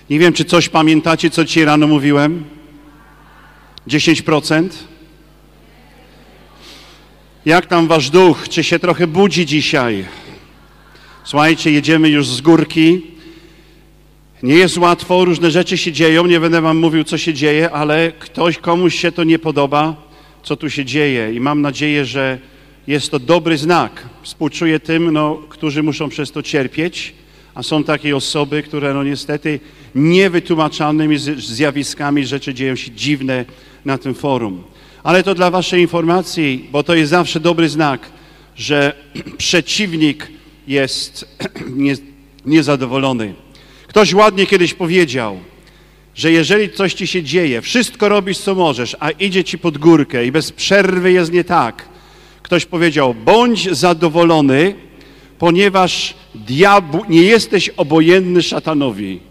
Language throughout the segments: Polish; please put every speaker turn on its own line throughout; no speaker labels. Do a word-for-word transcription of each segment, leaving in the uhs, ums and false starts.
Nie wiem, czy coś pamiętacie, co dzisiaj rano mówiłem? dziesięć procent? Jak tam wasz duch? Czy się trochę budzi dzisiaj? Słuchajcie, jedziemy już z górki. Nie jest łatwo, różne rzeczy się dzieją. Nie będę wam mówił, co się dzieje, ale ktoś, komuś się to nie podoba, co tu się dzieje. I mam nadzieję, że jest to dobry znak. Współczuję tym, no, którzy muszą przez to cierpieć, a są takie osoby, które no niestety niewytłumaczalnymi zjawiskami rzeczy dzieją się dziwne na tym forum. Ale to dla waszej informacji, bo to jest zawsze dobry znak, że przeciwnik jest nie, niezadowolony. Ktoś ładnie kiedyś powiedział, że jeżeli coś ci się dzieje, wszystko robisz, co możesz, a idzie ci pod górkę i bez przerwy jest nie tak. Ktoś powiedział, bądź zadowolony, ponieważ diabł, nie jesteś obojętny szatanowi.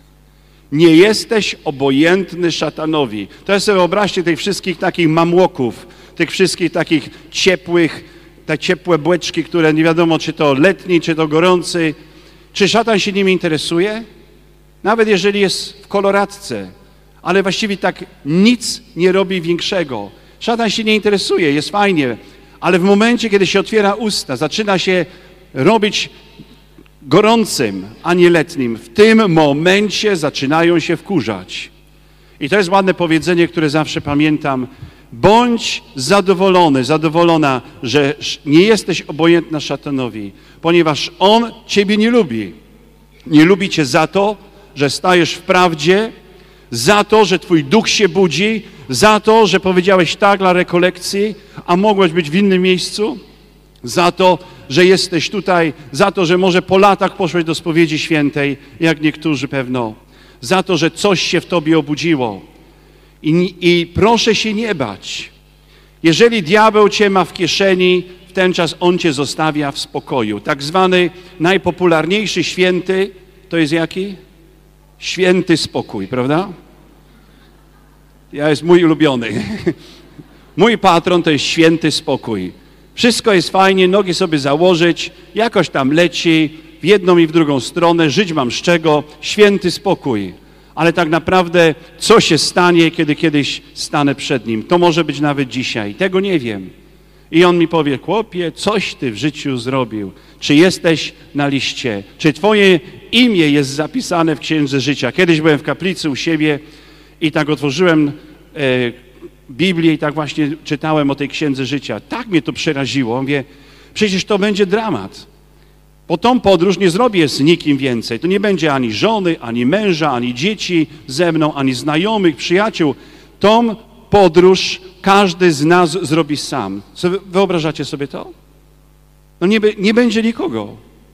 Nie jesteś obojętny szatanowi. To jest sobie wyobraźcie tych wszystkich takich mamłoków, tych wszystkich takich ciepłych, te ciepłe błeczki, które nie wiadomo, czy to letni, czy to gorący. Czy szatan się nimi interesuje? Nawet jeżeli jest w koloradce, ale właściwie tak nic nie robi większego. Szatan się nie interesuje, jest fajnie, ale w momencie, kiedy się otwiera usta, zaczyna się robić gorącym, a nie letnim. W tym momencie zaczynają się wkurzać. I to jest ładne powiedzenie, które zawsze pamiętam. Bądź zadowolony, zadowolona, że nie jesteś obojętna szatanowi, ponieważ on ciebie nie lubi. Nie lubi cię za to, że stajesz w prawdzie, za to, że twój duch się budzi, za to, że powiedziałeś tak dla rekolekcji, a mogłeś być w innym miejscu, za to, że jesteś tutaj, za to, że może po latach poszłeś do spowiedzi świętej, jak niektórzy pewno, za to, że coś się w tobie obudziło. I, I proszę się nie bać. Jeżeli diabeł cię ma w kieszeni, w ten czas on cię zostawia w spokoju. Tak zwany najpopularniejszy święty, to jest jaki? Święty spokój, prawda? Ja jest mój ulubiony. Mój patron to jest święty spokój. Wszystko jest fajnie, nogi sobie założyć, jakoś tam leci w jedną i w drugą stronę, żyć mam z czego, święty spokój. Ale tak naprawdę, co się stanie, kiedy kiedyś stanę przed Nim? To może być nawet dzisiaj. Tego nie wiem. I On mi powie, chłopie, coś Ty w życiu zrobił. Czy jesteś na liście? Czy Twoje imię jest zapisane w Księdze Życia? Kiedyś byłem w kaplicy u siebie i tak otworzyłem e, Biblię i tak właśnie czytałem o tej Księdze Życia. Tak mnie to przeraziło. Mówię, przecież to będzie dramat. Bo tą podróż nie zrobię z nikim więcej. To nie będzie ani żony, ani męża, ani dzieci ze mną, ani znajomych, przyjaciół. Tą podróż każdy z nas zrobi sam. Wyobrażacie sobie to? No nie, nie będzie nikogo.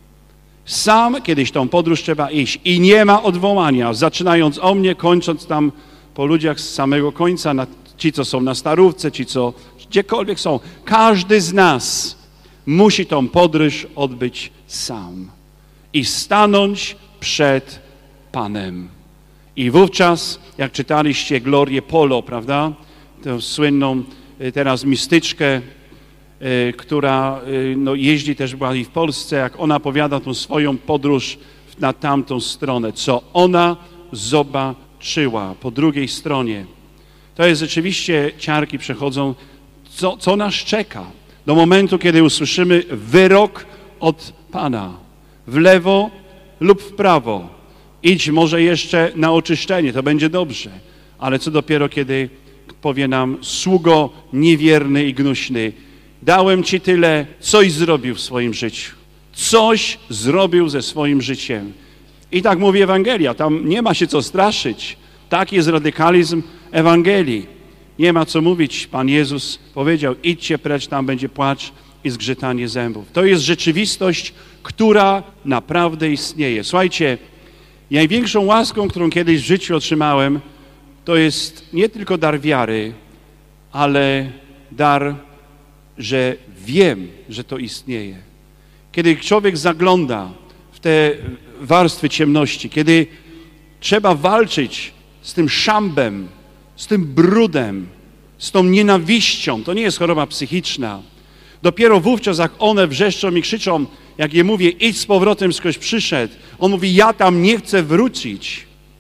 Sam kiedyś tą podróż trzeba iść i nie ma odwołania. Zaczynając o mnie, kończąc tam po ludziach z samego końca, na, ci, co są na Starówce, ci, co gdziekolwiek są. Każdy z nas musi tą podróż odbyć sam i stanąć przed Panem. I wówczas, jak czytaliście Glorię Polo, prawda, tę słynną teraz mistyczkę, y, która y, no, jeździ też była i w Polsce, jak ona opowiada tą swoją podróż na tamtą stronę, co ona zobaczyła po drugiej stronie. To jest rzeczywiście, ciarki przechodzą, co, co nas czeka. Do momentu, kiedy usłyszymy wyrok od Pana. W lewo lub w prawo. Idź może jeszcze na oczyszczenie, to będzie dobrze. Ale co dopiero, kiedy powie nam, sługo niewierny i gnuśny, dałem Ci tyle, coś zrobił w swoim życiu. Coś zrobił ze swoim życiem. I tak mówi Ewangelia, tam nie ma się co straszyć. Tak jest radykalizm Ewangelii. Nie ma co mówić. Pan Jezus powiedział, idźcie precz, tam będzie płacz i zgrzytanie zębów. To jest rzeczywistość, która naprawdę istnieje. Słuchajcie, największą łaską, którą kiedyś w życiu otrzymałem, to jest nie tylko dar wiary, ale dar, że wiem, że to istnieje. Kiedy człowiek zagląda w te warstwy ciemności, kiedy trzeba walczyć z tym szambem, z tym brudem, z tą nienawiścią, to nie jest choroba psychiczna. Dopiero wówczas, jak one wrzeszczą i krzyczą, jak je mówię, idź z powrotem, skądś przyszedł, on mówi, ja tam nie chcę wrócić.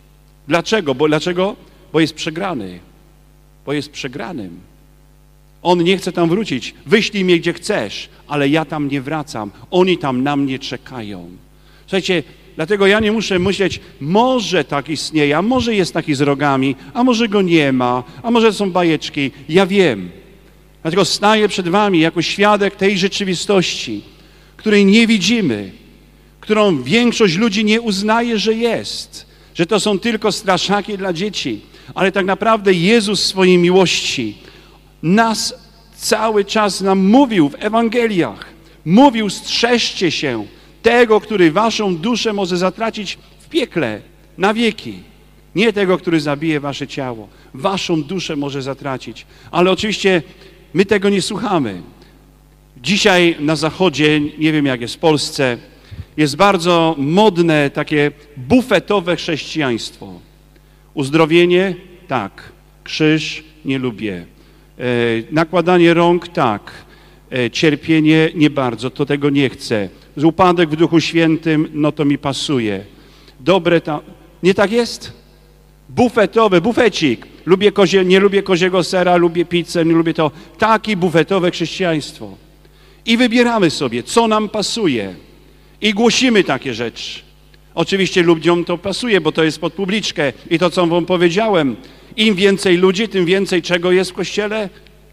Dlaczego? Bo, dlaczego? Bo jest przegrany. Bo jest przegranym. On nie chce tam wrócić. Wyślij mnie gdzie chcesz, ale ja tam nie wracam. Oni tam na mnie czekają. Słuchajcie, dlatego ja nie muszę myśleć, może tak istnieje, a może jest taki z rogami, a może go nie ma, a może są bajeczki. Ja wiem. Dlatego staję przed wami jako świadek tej rzeczywistości, której nie widzimy, którą większość ludzi nie uznaje, że jest, że to są tylko straszaki dla dzieci, ale tak naprawdę Jezus w swojej miłości nas cały czas nam mówił w Ewangeliach, mówił: strzeżcie się tego, który waszą duszę może zatracić w piekle na wieki. Nie tego, który zabije wasze ciało. Waszą duszę może zatracić. Ale oczywiście my tego nie słuchamy. Dzisiaj na Zachodzie, nie wiem jak jest w Polsce, jest bardzo modne takie bufetowe chrześcijaństwo. Uzdrowienie? Tak. Krzyż? Nie lubię. E, nakładanie rąk? Tak. E, cierpienie? Nie bardzo. To tego nie chcę. Upadek w Duchu Świętym? No to mi pasuje. Dobre tam... Nie tak jest? Bufetowy, bufecik. Lubię kozie, nie lubię koziego sera, lubię pizzę, nie lubię to. Takie bufetowe chrześcijaństwo. I wybieramy sobie, co nam pasuje. I głosimy takie rzeczy. Oczywiście ludziom to pasuje, bo to jest pod publiczkę. I to, co wam powiedziałem, im więcej ludzi, tym więcej czego jest w Kościele?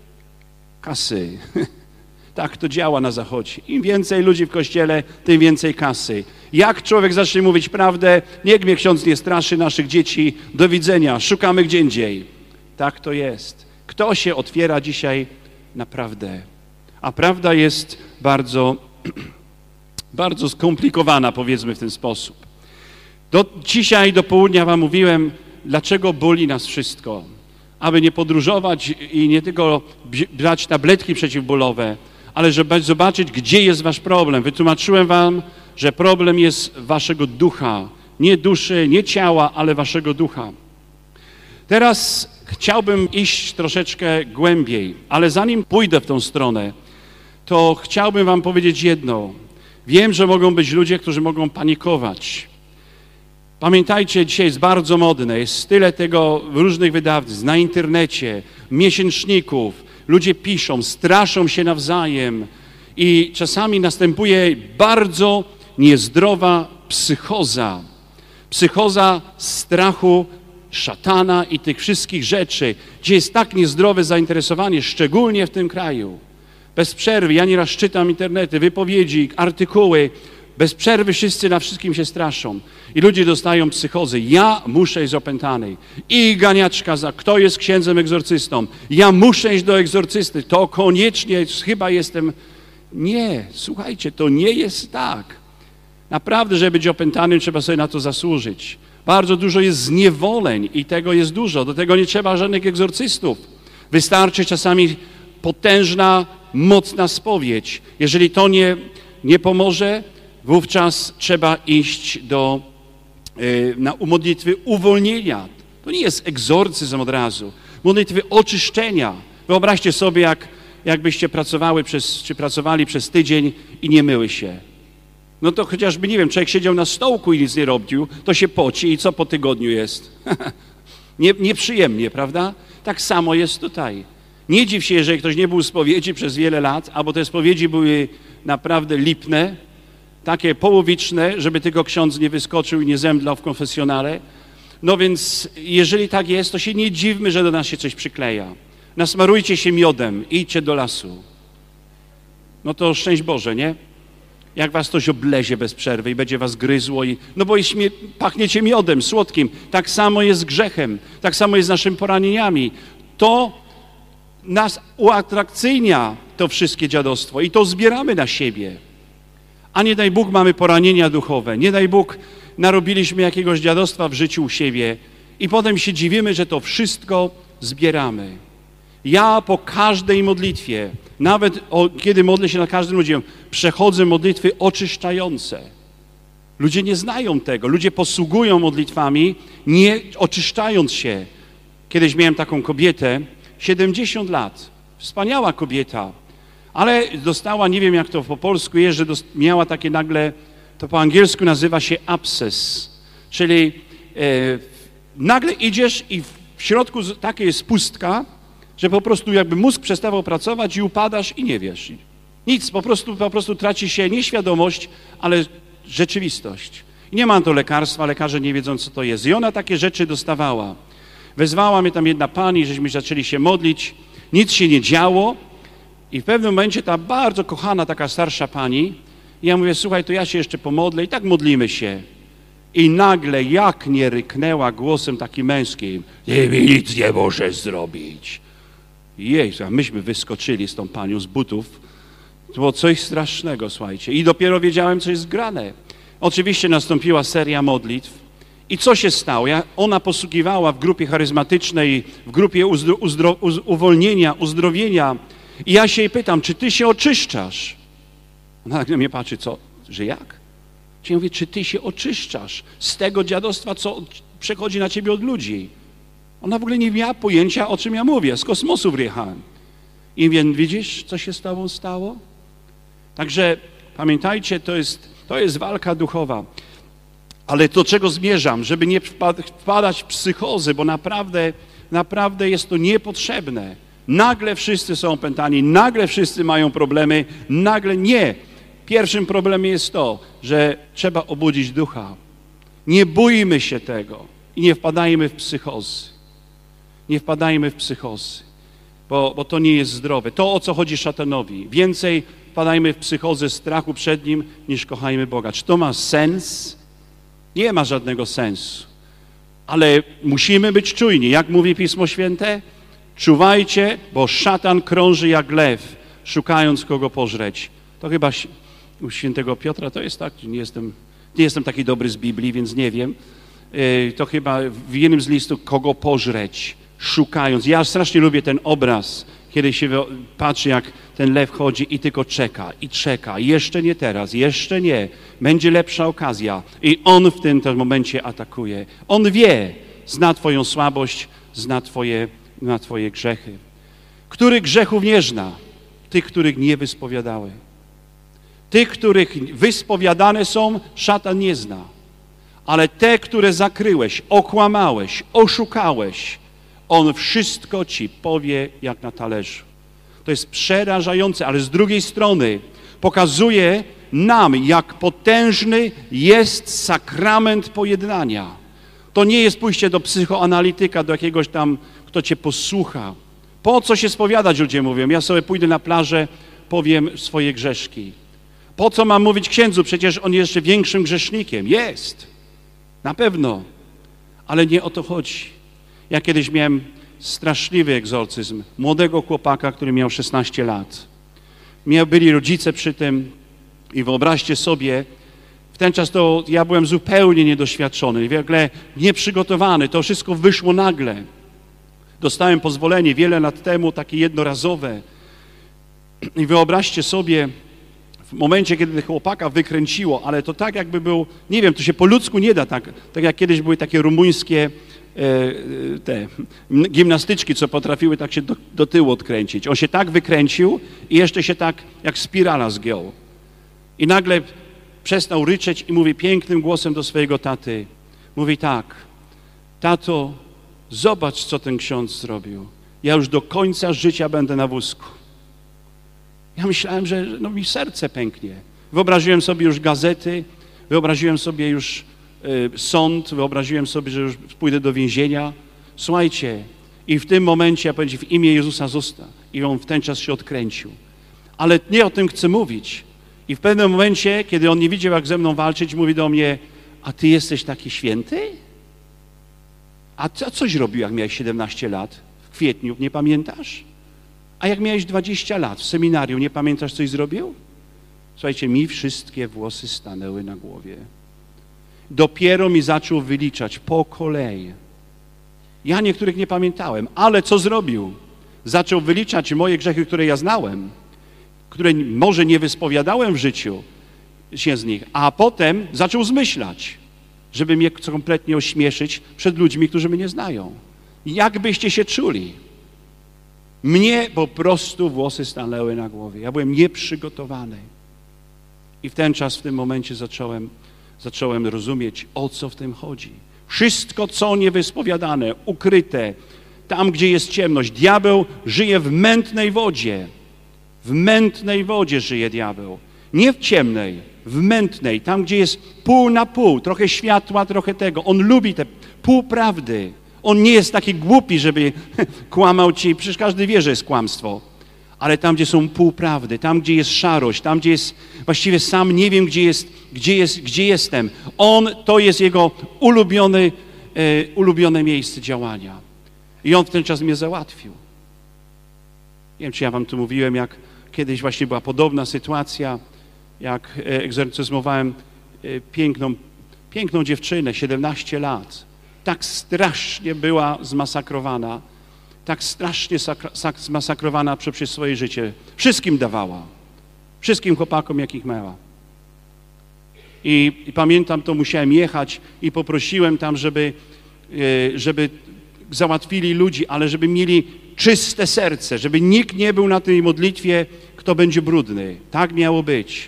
Kasy. Tak to działa na Zachodzie. Im więcej ludzi w Kościele, tym więcej kasy. Jak człowiek zacznie mówić prawdę, niech mnie ksiądz nie straszy naszych dzieci, do widzenia, szukamy gdzie indziej. Tak to jest. Kto się otwiera dzisiaj na prawdę? A prawda jest bardzo, bardzo skomplikowana, powiedzmy w ten sposób. Do, dzisiaj do południa wam mówiłem, dlaczego boli nas wszystko. Aby nie podróżować i nie tylko brać tabletki przeciwbólowe, ale żeby zobaczyć, gdzie jest wasz problem. Wytłumaczyłem wam, że problem jest waszego ducha. Nie duszy, nie ciała, ale waszego ducha. Teraz chciałbym iść troszeczkę głębiej, ale zanim pójdę w tą stronę, to chciałbym wam powiedzieć jedno. Wiem, że mogą być ludzie, którzy mogą panikować. Pamiętajcie, dzisiaj jest bardzo modne, jest tyle tego w różnych wydawnictw, na internecie, miesięczników. Ludzie piszą, straszą się nawzajem i czasami następuje bardzo niezdrowa psychoza. Psychoza strachu, szatana i tych wszystkich rzeczy, gdzie jest tak niezdrowe zainteresowanie, szczególnie w tym kraju. Bez przerwy, ja nieraz czytam internety, wypowiedzi, artykuły, bez przerwy wszyscy na wszystkim się straszą. I ludzie dostają psychozy. Ja muszę iść z opętanej. I ganiaczka za, kto jest księdzem egzorcystą? Ja muszę iść do egzorcysty. To koniecznie, chyba jestem... Nie, słuchajcie, to nie jest tak. Naprawdę, żeby być opętanym, trzeba sobie na to zasłużyć. Bardzo dużo jest zniewoleń i tego jest dużo. Do tego nie trzeba żadnych egzorcystów. Wystarczy czasami potężna, mocna spowiedź. Jeżeli to nie, nie pomoże, wówczas trzeba iść do yy, na modlitwy uwolnienia. To nie jest egzorcyzm od razu. Modlitwy oczyszczenia. Wyobraźcie sobie, jak, jakbyście pracowały przez, czy pracowali przez tydzień i nie myły się. No to chociażby, nie wiem, człowiek siedział na stołku i nic nie robił, to się poci i co po tygodniu jest? nie, nieprzyjemnie, prawda? Tak samo jest tutaj. Nie dziw się, jeżeli ktoś nie był w spowiedzi przez wiele lat, albo te spowiedzi były naprawdę lipne, takie połowiczne, żeby tylko ksiądz nie wyskoczył i nie zemdlał w konfesjonale. No więc jeżeli tak jest, to się nie dziwmy, że do nas się coś przykleja. Nasmarujcie się miodem i idźcie do lasu. No to szczęść Boże, nie? Jak was ktoś oblezie bez przerwy i będzie was gryzło i... No bo śmie... pachniecie miodem, słodkim. Tak samo jest z grzechem. Tak samo jest z naszymi poranieniami. To nas uatrakcyjnia, to wszystkie dziadostwo i to zbieramy na siebie. A nie daj Bóg mamy poranienia duchowe. Nie daj Bóg narobiliśmy jakiegoś dziadostwa w życiu u siebie i potem się dziwimy, że to wszystko zbieramy. Ja po każdej modlitwie, nawet o, kiedy modlę się na każdym ludziom, przechodzę modlitwy oczyszczające. Ludzie nie znają tego. Ludzie posługują modlitwami, nie oczyszczając się. Kiedyś miałem taką kobietę, siedemdziesiąt lat, wspaniała kobieta, ale dostała, nie wiem jak to po polsku jest, że miała takie nagle, to po angielsku nazywa się absces, czyli e, nagle idziesz i w środku taka jest pustka, że po prostu jakby mózg przestawał pracować i upadasz i nie wiesz. Nic, po prostu, po prostu traci się nie świadomość, ale rzeczywistość. I nie ma to lekarstwa, lekarze nie wiedzą, co to jest. I ona takie rzeczy dostawała. Wezwała mnie tam jedna pani, żeśmy zaczęli się modlić, nic się nie działo i w pewnym momencie ta bardzo kochana taka starsza pani, ja mówię, słuchaj, to ja się jeszcze pomodlę i tak modlimy się. I nagle jak nie ryknęła głosem takim męskim, ty mi nic nie możesz zrobić. Jezu, a myśmy wyskoczyli z tą panią z butów. To było coś strasznego, słuchajcie. I dopiero wiedziałem, co jest grane. Oczywiście nastąpiła seria modlitw. I co się stało? Ja, ona posługiwała w grupie charyzmatycznej, w grupie uzdro, uzdro, uz, uwolnienia, uzdrowienia. I ja się jej pytam, czy ty się oczyszczasz? Ona tak na mnie patrzy, co? Że jak? Ja mówię, czy ty się oczyszczasz z tego dziadostwa, co przechodzi na ciebie od ludzi? Ona w ogóle nie miała pojęcia, o czym ja mówię. Z kosmosu wjechałem. I więc widzisz, co się z tobą stało? Także pamiętajcie, to jest, to jest walka duchowa. Ale do czego zmierzam? Żeby nie wpadać w psychozy, bo naprawdę, naprawdę jest to niepotrzebne. Nagle wszyscy są opętani, nagle wszyscy mają problemy, nagle nie. Pierwszym problemem jest to, że trzeba obudzić ducha. Nie bójmy się tego i nie wpadajmy w psychozy. Nie wpadajmy w psychozy, bo, bo to nie jest zdrowe. To, o co chodzi szatanowi. Więcej wpadajmy w psychozę strachu przed nim, niż kochajmy Boga. Czy to ma sens? Nie ma żadnego sensu. Ale musimy być czujni. Jak mówi Pismo Święte? Czuwajcie, bo szatan krąży jak lew, szukając kogo pożreć. To chyba u świętego Piotra to jest tak, nie jestem, nie jestem taki dobry z Biblii, więc nie wiem. To chyba w jednym z listów, kogo pożreć, szukając. Ja strasznie lubię ten obraz, kiedy się patrzy, jak ten lew chodzi i tylko czeka, i czeka. Jeszcze nie teraz, jeszcze nie. Będzie lepsza okazja. I on w tym, tym momencie atakuje. On wie, zna twoją słabość, zna twoje, zna twoje grzechy. Których grzechów nie zna? Tych, których nie wyspowiadały. Tych, których wyspowiadane są, szatan nie zna. Ale te, które zakryłeś, okłamałeś, oszukałeś, on wszystko ci powie jak na talerzu. To jest przerażające, ale z drugiej strony pokazuje nam, jak potężny jest sakrament pojednania. To nie jest pójście do psychoanalityka, do jakiegoś tam, kto cię posłucha. Po co się spowiadać, ludzie mówią? Ja sobie pójdę na plażę, powiem swoje grzeszki. Po co mam mówić księdzu? Przecież on jest jeszcze większym grzesznikiem. Jest. Na pewno. Ale nie o to chodzi. Ja kiedyś miałem straszliwy egzorcyzm młodego chłopaka, który miał szesnaście lat. Miał, byli rodzice przy tym i wyobraźcie sobie, w ten czas to ja byłem zupełnie niedoświadczony, w ogóle nieprzygotowany. To wszystko wyszło nagle. Dostałem pozwolenie wiele lat temu, takie jednorazowe. I wyobraźcie sobie, w momencie, kiedy chłopaka wykręciło, ale to tak jakby był, nie wiem, to się po ludzku nie da tak, tak jak kiedyś były takie rumuńskie e, te gimnastyczki, co potrafiły tak się do, do tyłu odkręcić. On się tak wykręcił i jeszcze się tak jak spirala zgiął. I nagle przestał ryczeć i mówi pięknym głosem do swojego taty. Mówi tak, tato, zobacz, co ten ksiądz zrobił. Ja już do końca życia będę na wózku. Ja myślałem, że no, mi serce pęknie. Wyobraziłem sobie już gazety, wyobraziłem sobie już y, sąd, wyobraziłem sobie, że już pójdę do więzienia. Słuchajcie, i w tym momencie ja powiedziałem, w imię Jezusa został. I on w ten czas się odkręcił. Ale nie o tym chcę mówić. I w pewnym momencie, kiedy on nie widział, jak ze mną walczyć, mówi do mnie, a ty jesteś taki święty? A co, coś robił, jak miałeś siedemnaście lat? W kwietniu, nie pamiętasz? A jak miałeś dwadzieścia lat w seminarium, nie pamiętasz, coś zrobił? Słuchajcie, mi wszystkie włosy stanęły na głowie. Dopiero mi zaczął wyliczać po kolei. Ja niektórych nie pamiętałem, ale co zrobił? Zaczął wyliczać moje grzechy, które ja znałem, które może nie wyspowiadałem w życiu się z nich, a potem zaczął zmyślać, żeby mnie kompletnie ośmieszyć przed ludźmi, którzy mnie nie znają. Jak byście się czuli? Mnie po prostu włosy stanęły na głowie. Ja byłem nieprzygotowany. I w ten czas, w tym momencie zacząłem, zacząłem rozumieć, o co w tym chodzi. Wszystko, co niewyspowiadane, ukryte, tam, gdzie jest ciemność. Diabeł żyje w mętnej wodzie. W mętnej wodzie żyje diabeł. Nie w ciemnej, w mętnej, tam, gdzie jest pół na pół, trochę światła, trochę tego. On lubi te półprawdy. On nie jest taki głupi, żeby kłamał ci, przecież każdy wie, że jest kłamstwo. Ale tam, gdzie są półprawdy, tam, gdzie jest szarość, tam, gdzie jest, właściwie sam nie wiem, gdzie jest, gdzie jest, gdzie jestem. On, to jest jego ulubiony, e, ulubione miejsce działania. I on w ten czas mnie załatwił. Nie wiem, czy ja wam tu mówiłem, jak kiedyś właśnie była podobna sytuacja, jak egzorcyzmowałem piękną, piękną dziewczynę, siedemnaście lat. Tak strasznie była zmasakrowana, tak strasznie zmasakrowana przez swoje życie. Wszystkim dawała, wszystkim chłopakom, jakich miała. I, I pamiętam, to musiałem jechać i poprosiłem tam, żeby, żeby załatwili ludzi, ale żeby mieli czyste serce, żeby nikt nie był na tej modlitwie, kto będzie brudny. Tak miało być.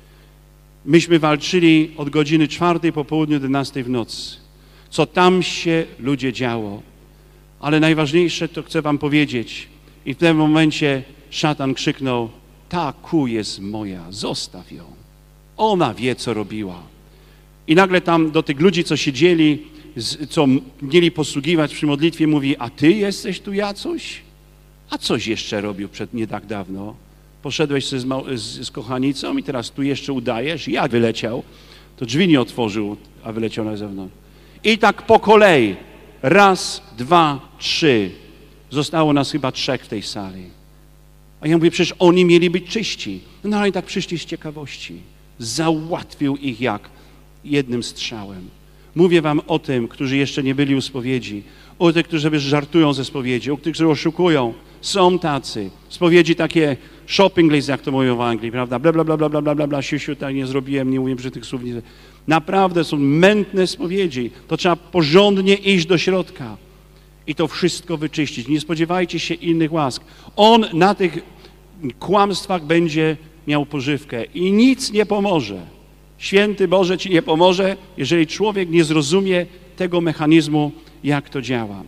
Myśmy walczyli od godziny czwartej po południu do jedenastej w nocy. Co tam się, ludzie, działo. Ale najważniejsze to chcę wam powiedzieć. I w tym momencie szatan krzyknął: ta ku jest moja, zostaw ją. Ona wie, co robiła. I nagle tam do tych ludzi, co siedzieli, co mieli posługiwać przy modlitwie, mówi: a ty jesteś tu Jacuś? A coś jeszcze robił przed nie tak dawno? Poszedłeś z, z, z kochanicą i teraz tu jeszcze udajesz? Jak wyleciał? To drzwi nie otworzył, a wyleciał na zewnątrz. I tak po kolei. Raz, dwa, trzy. Zostało nas chyba trzech w tej sali. A ja mówię, przecież oni mieli być czyści. No ale i tak przyszli z ciekawości. Załatwił ich jak? Jednym strzałem. Mówię wam o tym, którzy jeszcze nie byli u spowiedzi, o tych, którzy żartują ze spowiedzi, o tych, którzy oszukują. Są tacy. Spowiedzi takie shopping list, jak to mówią w Anglii, prawda? Bla, bla, bla, bla, bla, bla, bla, bla, siusiu, tak nie zrobiłem, nie mówię brzydkich słów. Nie... Naprawdę są mętne spowiedzi. To trzeba porządnie iść do środka i to wszystko wyczyścić. Nie spodziewajcie się innych łask. On na tych kłamstwach będzie miał pożywkę i nic nie pomoże. Święty Boże ci nie pomoże, jeżeli człowiek nie zrozumie tego mechanizmu, jak to działa.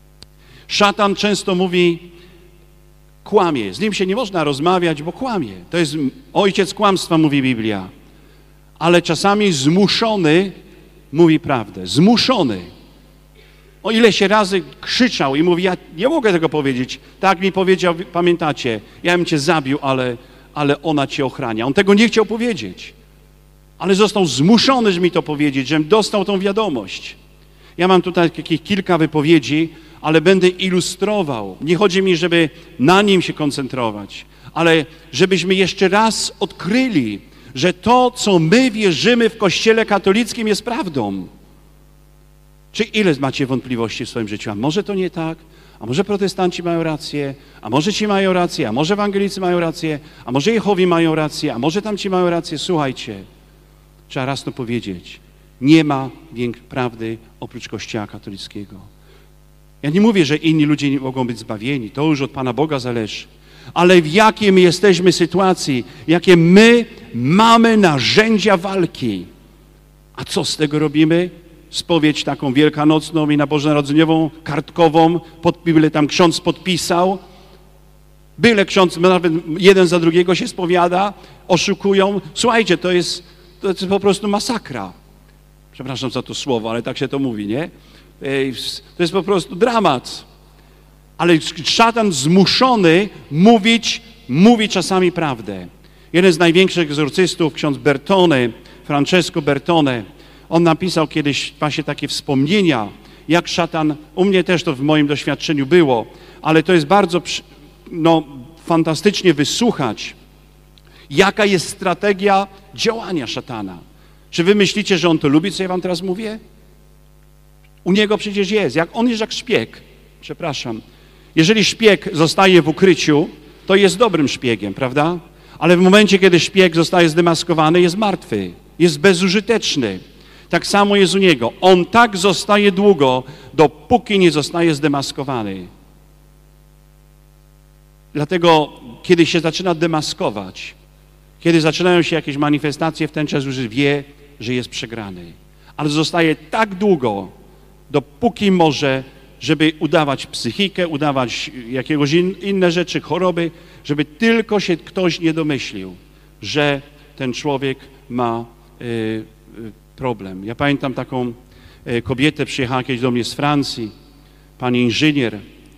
Szatan często mówi, kłamie. Z nim się nie można rozmawiać, bo kłamie. To jest ojciec kłamstwa, mówi Biblia. Ale czasami zmuszony mówi prawdę. Zmuszony. O ile się razy krzyczał i mówi, ja nie mogę tego powiedzieć. Tak mi powiedział, pamiętacie, ja bym cię zabił, ale, ale ona cię ochrania. On tego nie chciał powiedzieć. Ale został zmuszony, żeby mi to powiedzieć, żebym dostał tą wiadomość. Ja mam tutaj jakieś kilka wypowiedzi, ale będę ilustrował. Nie chodzi mi, żeby na nim się koncentrować, ale żebyśmy jeszcze raz odkryli, że to, co my wierzymy w Kościele katolickim, jest prawdą. Czy ile macie wątpliwości w swoim życiu? A może to nie tak? A może protestanci mają rację? A może ci mają rację? A może ewangelicy mają rację? A może Jehowi mają rację? A może tamci mają rację? Słuchajcie, trzeba raz to powiedzieć. Nie ma większej prawdy oprócz Kościoła katolickiego. Ja nie mówię, że inni ludzie nie mogą być zbawieni. To już od Pana Boga zależy. Ale w jakiej my jesteśmy sytuacji, jakie my mamy narzędzia walki. A co z tego robimy? Spowiedź taką wielkanocną i na bożonarodzeniową, kartkową, pod, byle tam ksiądz podpisał. Byle ksiądz, nawet jeden za drugiego się spowiada, oszukują. Słuchajcie, to jest, to jest po prostu masakra. Przepraszam za to słowo, ale tak się to mówi, nie? To jest po prostu dramat. Ale szatan zmuszony mówić, mówi czasami prawdę. Jeden z największych egzorcystów, ksiądz Bertone, Francesco Bertone, on napisał kiedyś właśnie takie wspomnienia, jak szatan, u mnie też to w moim doświadczeniu było, ale to jest bardzo no, fantastycznie wysłuchać, jaka jest strategia działania szatana. Czy wy myślicie, że on to lubi, co ja wam teraz mówię? U niego przecież jest, jak on jest jak szpieg, przepraszam. Jeżeli szpieg zostaje w ukryciu, to jest dobrym szpiegiem, prawda? Ale w momencie, kiedy szpieg zostaje zdemaskowany, jest martwy, jest bezużyteczny. Tak samo jest u niego. On tak zostaje długo, dopóki nie zostaje zdemaskowany. Dlatego, kiedy się zaczyna demaskować, kiedy zaczynają się jakieś manifestacje, w ten czas już wie, że jest przegrany. Ale zostaje tak długo, dopóki może, żeby udawać psychikę, udawać jakiegoś in, inne rzeczy, choroby, żeby tylko się ktoś nie domyślił, że ten człowiek ma y, y, problem. Ja pamiętam taką y, kobietę, przyjechała kiedyś do mnie z Francji, pani inżynier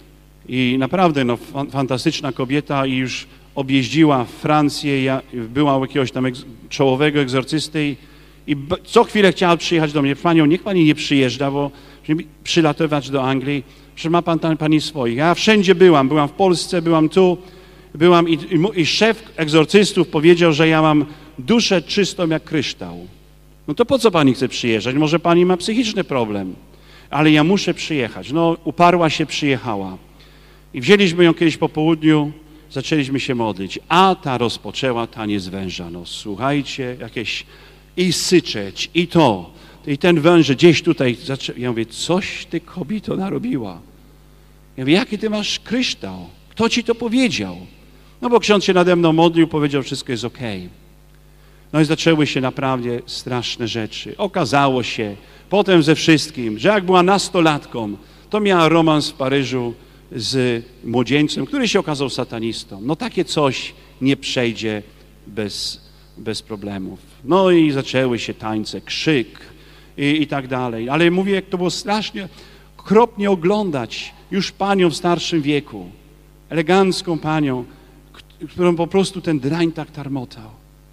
i naprawdę no, fan, fantastyczna kobieta i już objeździła Francję, ja, była u jakiegoś tam egz, czołowego egzorcysty i, i co chwilę chciała przyjechać do mnie. Panią, niech pani nie przyjeżdża, bo żeby przylatywać do Anglii, że ma pan tam pani swoich. Ja wszędzie byłam, byłam w Polsce, byłam tu, byłam i, i, i szef egzorcystów powiedział, że ja mam duszę czystą jak kryształ. No to po co pani chce przyjeżdżać? Może pani ma psychiczny problem, ale ja muszę przyjechać. No uparła się, przyjechała. I wzięliśmy ją kiedyś po południu, zaczęliśmy się modlić, a ta rozpoczęła taniec węża. No słuchajcie, jakieś i syczeć, i to. I ten węż gdzieś tutaj, zaczę... ja mówię, coś ty kobieto narobiła. Ja mówię, jaki ty masz kryształ? Kto ci to powiedział? No bo ksiądz się nade mną modlił, powiedział, wszystko jest okej. Okay. No i zaczęły się naprawdę straszne rzeczy. Okazało się potem ze wszystkim, że jak była nastolatką, to miała romans w Paryżu z młodzieńcem, który się okazał satanistą. No takie coś nie przejdzie bez, bez problemów. No i zaczęły się tańce, krzyk i, i tak dalej. Ale mówię, jak to było strasznie okropnie oglądać już panią w starszym wieku, elegancką panią, którą po prostu ten drań tak tarmotał.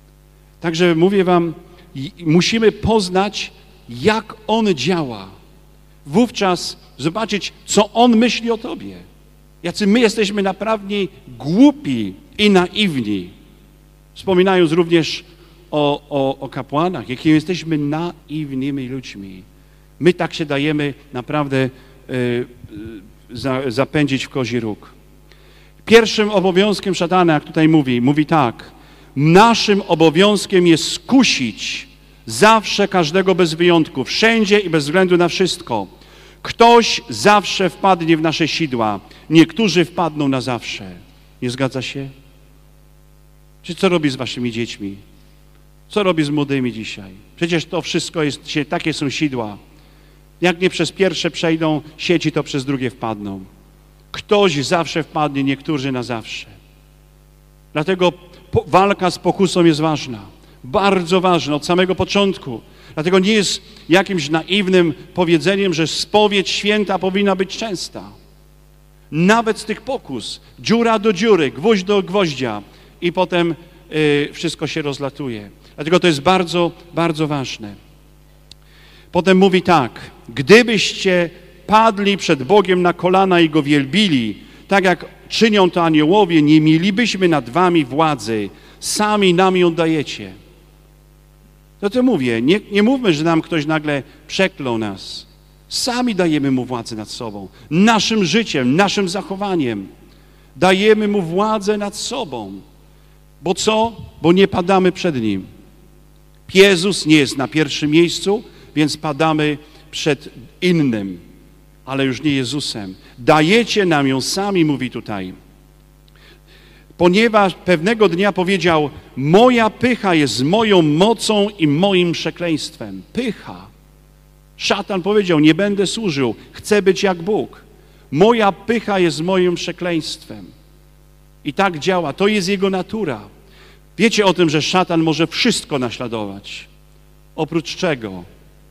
Także mówię wam, musimy poznać, jak on działa. Wówczas zobaczyć, co on myśli o tobie. Jacy my jesteśmy naprawdę głupi i naiwni. Wspominając również o, o, o kapłanach, jakim jesteśmy naiwnymi ludźmi. My tak się dajemy naprawdę y, y, za, zapędzić w kozi róg. Pierwszym obowiązkiem szatana, jak tutaj mówi, mówi tak. Naszym obowiązkiem jest skusić zawsze każdego bez wyjątku, wszędzie i bez względu na wszystko. Ktoś zawsze wpadnie w nasze sidła. Niektórzy wpadną na zawsze. Nie zgadza się? Czy co robi z waszymi dziećmi? Co robi z młodymi dzisiaj? Przecież to wszystko jest, takie są sidła. Jak nie przez pierwsze przejdą sieci, to przez drugie wpadną. Ktoś zawsze wpadnie, niektórzy na zawsze. Dlatego walka z pokusą jest ważna. Bardzo ważna od samego początku. Dlatego nie jest jakimś naiwnym powiedzeniem, że spowiedź święta powinna być częsta. Nawet z tych pokus, dziura do dziury, gwóźdź do gwoździa i potem y, wszystko się rozlatuje. Dlatego to jest bardzo, bardzo ważne. Potem mówi tak, gdybyście padli przed Bogiem na kolana i Go wielbili, tak jak czynią to aniołowie, nie mielibyśmy nad wami władzy, sami nam ją dajecie. To to mówię, nie, nie mówmy, że nam ktoś nagle przeklął nas. Sami dajemy Mu władzę nad sobą, naszym życiem, naszym zachowaniem. Dajemy Mu władzę nad sobą. Bo co? Bo nie padamy przed Nim. Jezus nie jest na pierwszym miejscu, więc padamy przed innym, ale już nie Jezusem. Dajecie nam ją sami, mówi tutaj. Ponieważ pewnego dnia powiedział, moja pycha jest moją mocą i moim przekleństwem. Pycha. Szatan powiedział, nie będę służył, chcę być jak Bóg. Moja pycha jest moim przekleństwem. I tak działa, to jest jego natura. Wiecie o tym, że szatan może wszystko naśladować. Oprócz czego?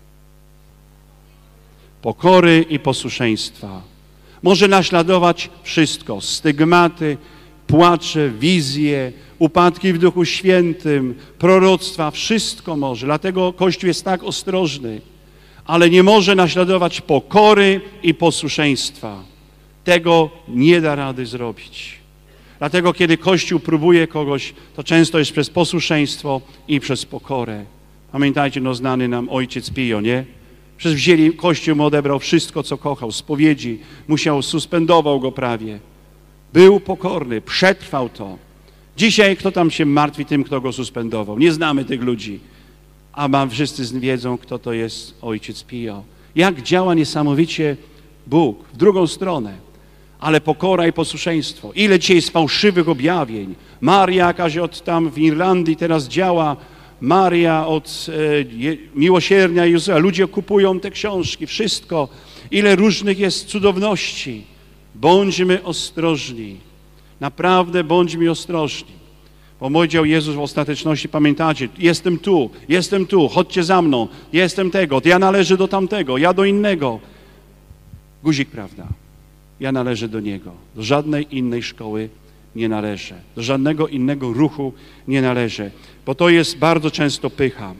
Pokory i posłuszeństwa. Może naśladować wszystko. Stygmaty, płacze, wizje, upadki w Duchu Świętym, proroctwa, wszystko może. Dlatego Kościół jest tak ostrożny. Ale nie może naśladować pokory i posłuszeństwa. Tego nie da rady zrobić. Dlatego kiedy Kościół próbuje kogoś, to często jest przez posłuszeństwo i przez pokorę. Pamiętajcie, no znany nam ojciec Pio, nie? Przez wzięli, Kościół mu odebrał wszystko, co kochał, spowiedzi, musiał, suspendował go prawie. Był pokorny, przetrwał to. Dzisiaj kto tam się martwi tym, kto go suspendował? Nie znamy tych ludzi. A mam, wszyscy wiedzą, kto to jest ojciec Pio. Jak działa niesamowicie Bóg w drugą stronę. Ale pokora i posłuszeństwo. Ile dzisiaj jest fałszywych objawień. Maria jakaś od tam w Irlandii teraz działa. Maria od e, je, miłosiernia Jezusa. Ludzie kupują te książki, wszystko. Ile różnych jest cudowności. Bądźmy ostrożni. Naprawdę bądźmy ostrożni. Powiedział Jezus w ostateczności, pamiętacie, jestem tu, jestem tu, chodźcie za mną, jestem tego, ja należę do tamtego, ja do innego. Guzik, prawda? Ja należę do Niego. Do żadnej innej szkoły nie należę. Do żadnego innego ruchu nie należę. Bo to jest bardzo często pycha.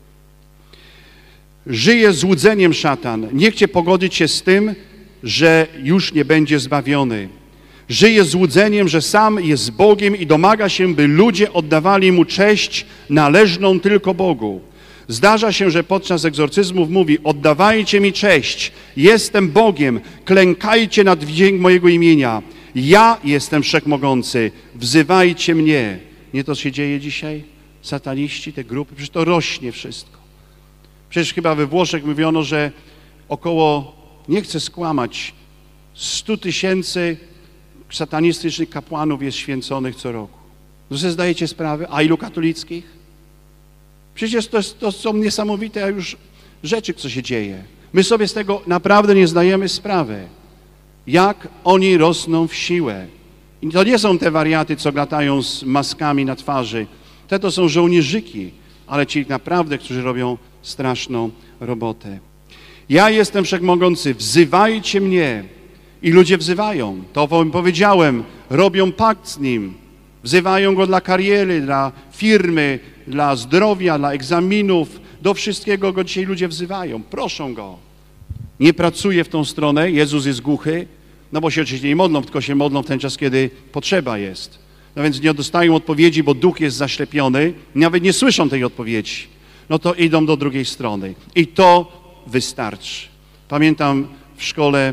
Żyje złudzeniem szatan. Nie chce pogodzić się z tym, że już nie będzie zbawiony. Żyje złudzeniem, że sam jest Bogiem i domaga się, by ludzie oddawali Mu cześć należną tylko Bogu. Zdarza się, że podczas egzorcyzmów mówi: oddawajcie mi cześć, jestem Bogiem, klękajcie nad dźwięk mojego imienia. Ja jestem wszechmogący, wzywajcie mnie. Nie to się dzieje dzisiaj? Sataniści, te grupy, przecież to rośnie wszystko. Przecież chyba we Włoszech mówiono, że około, nie chcę skłamać, stu tysięcy satanistycznych kapłanów jest święconych co roku. No sobie zdajecie sprawę? A ilu katolickich? Przecież to, jest, to są niesamowite już rzeczy, co się dzieje. My sobie z tego naprawdę nie zdajemy sprawy, jak oni rosną w siłę. I to nie są te wariaty, co latają z maskami na twarzy. Te to są żołnierzyki, ale ci naprawdę, którzy robią straszną robotę. Ja jestem wszechmogący, wzywajcie mnie. I ludzie wzywają. To wam powiedziałem, robią pakt z Nim. Wzywają Go dla kariery, dla firmy, dla zdrowia, dla egzaminów. Do wszystkiego Go dzisiaj ludzie wzywają. Proszą Go. Nie pracuje w tą stronę. Jezus jest głuchy. No bo się oczywiście nie modlą, tylko się modlą w ten czas, kiedy potrzeba jest. No więc nie dostają odpowiedzi, bo duch jest zaślepiony. Nawet nie słyszą tej odpowiedzi. No to idą do drugiej strony. I to wystarczy. Pamiętam w szkole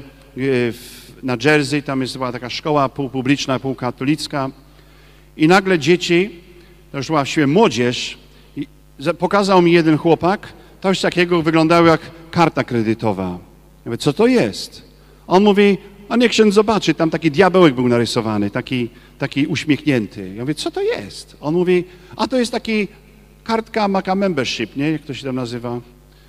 na Jersey, tam jest, była taka szkoła pół publiczna, pół katolicka i nagle dzieci, to już właściwie młodzież, pokazał mi jeden chłopak, coś takiego wyglądało jak karta kredytowa. Ja mówię, co to jest? On mówi, a niech ksiądz zobaczy, tam taki diabełek był narysowany, taki, taki uśmiechnięty. Ja mówię, co to jest? On mówi, a to jest taki kartka Maca Membership, nie? Jak to się tam nazywa?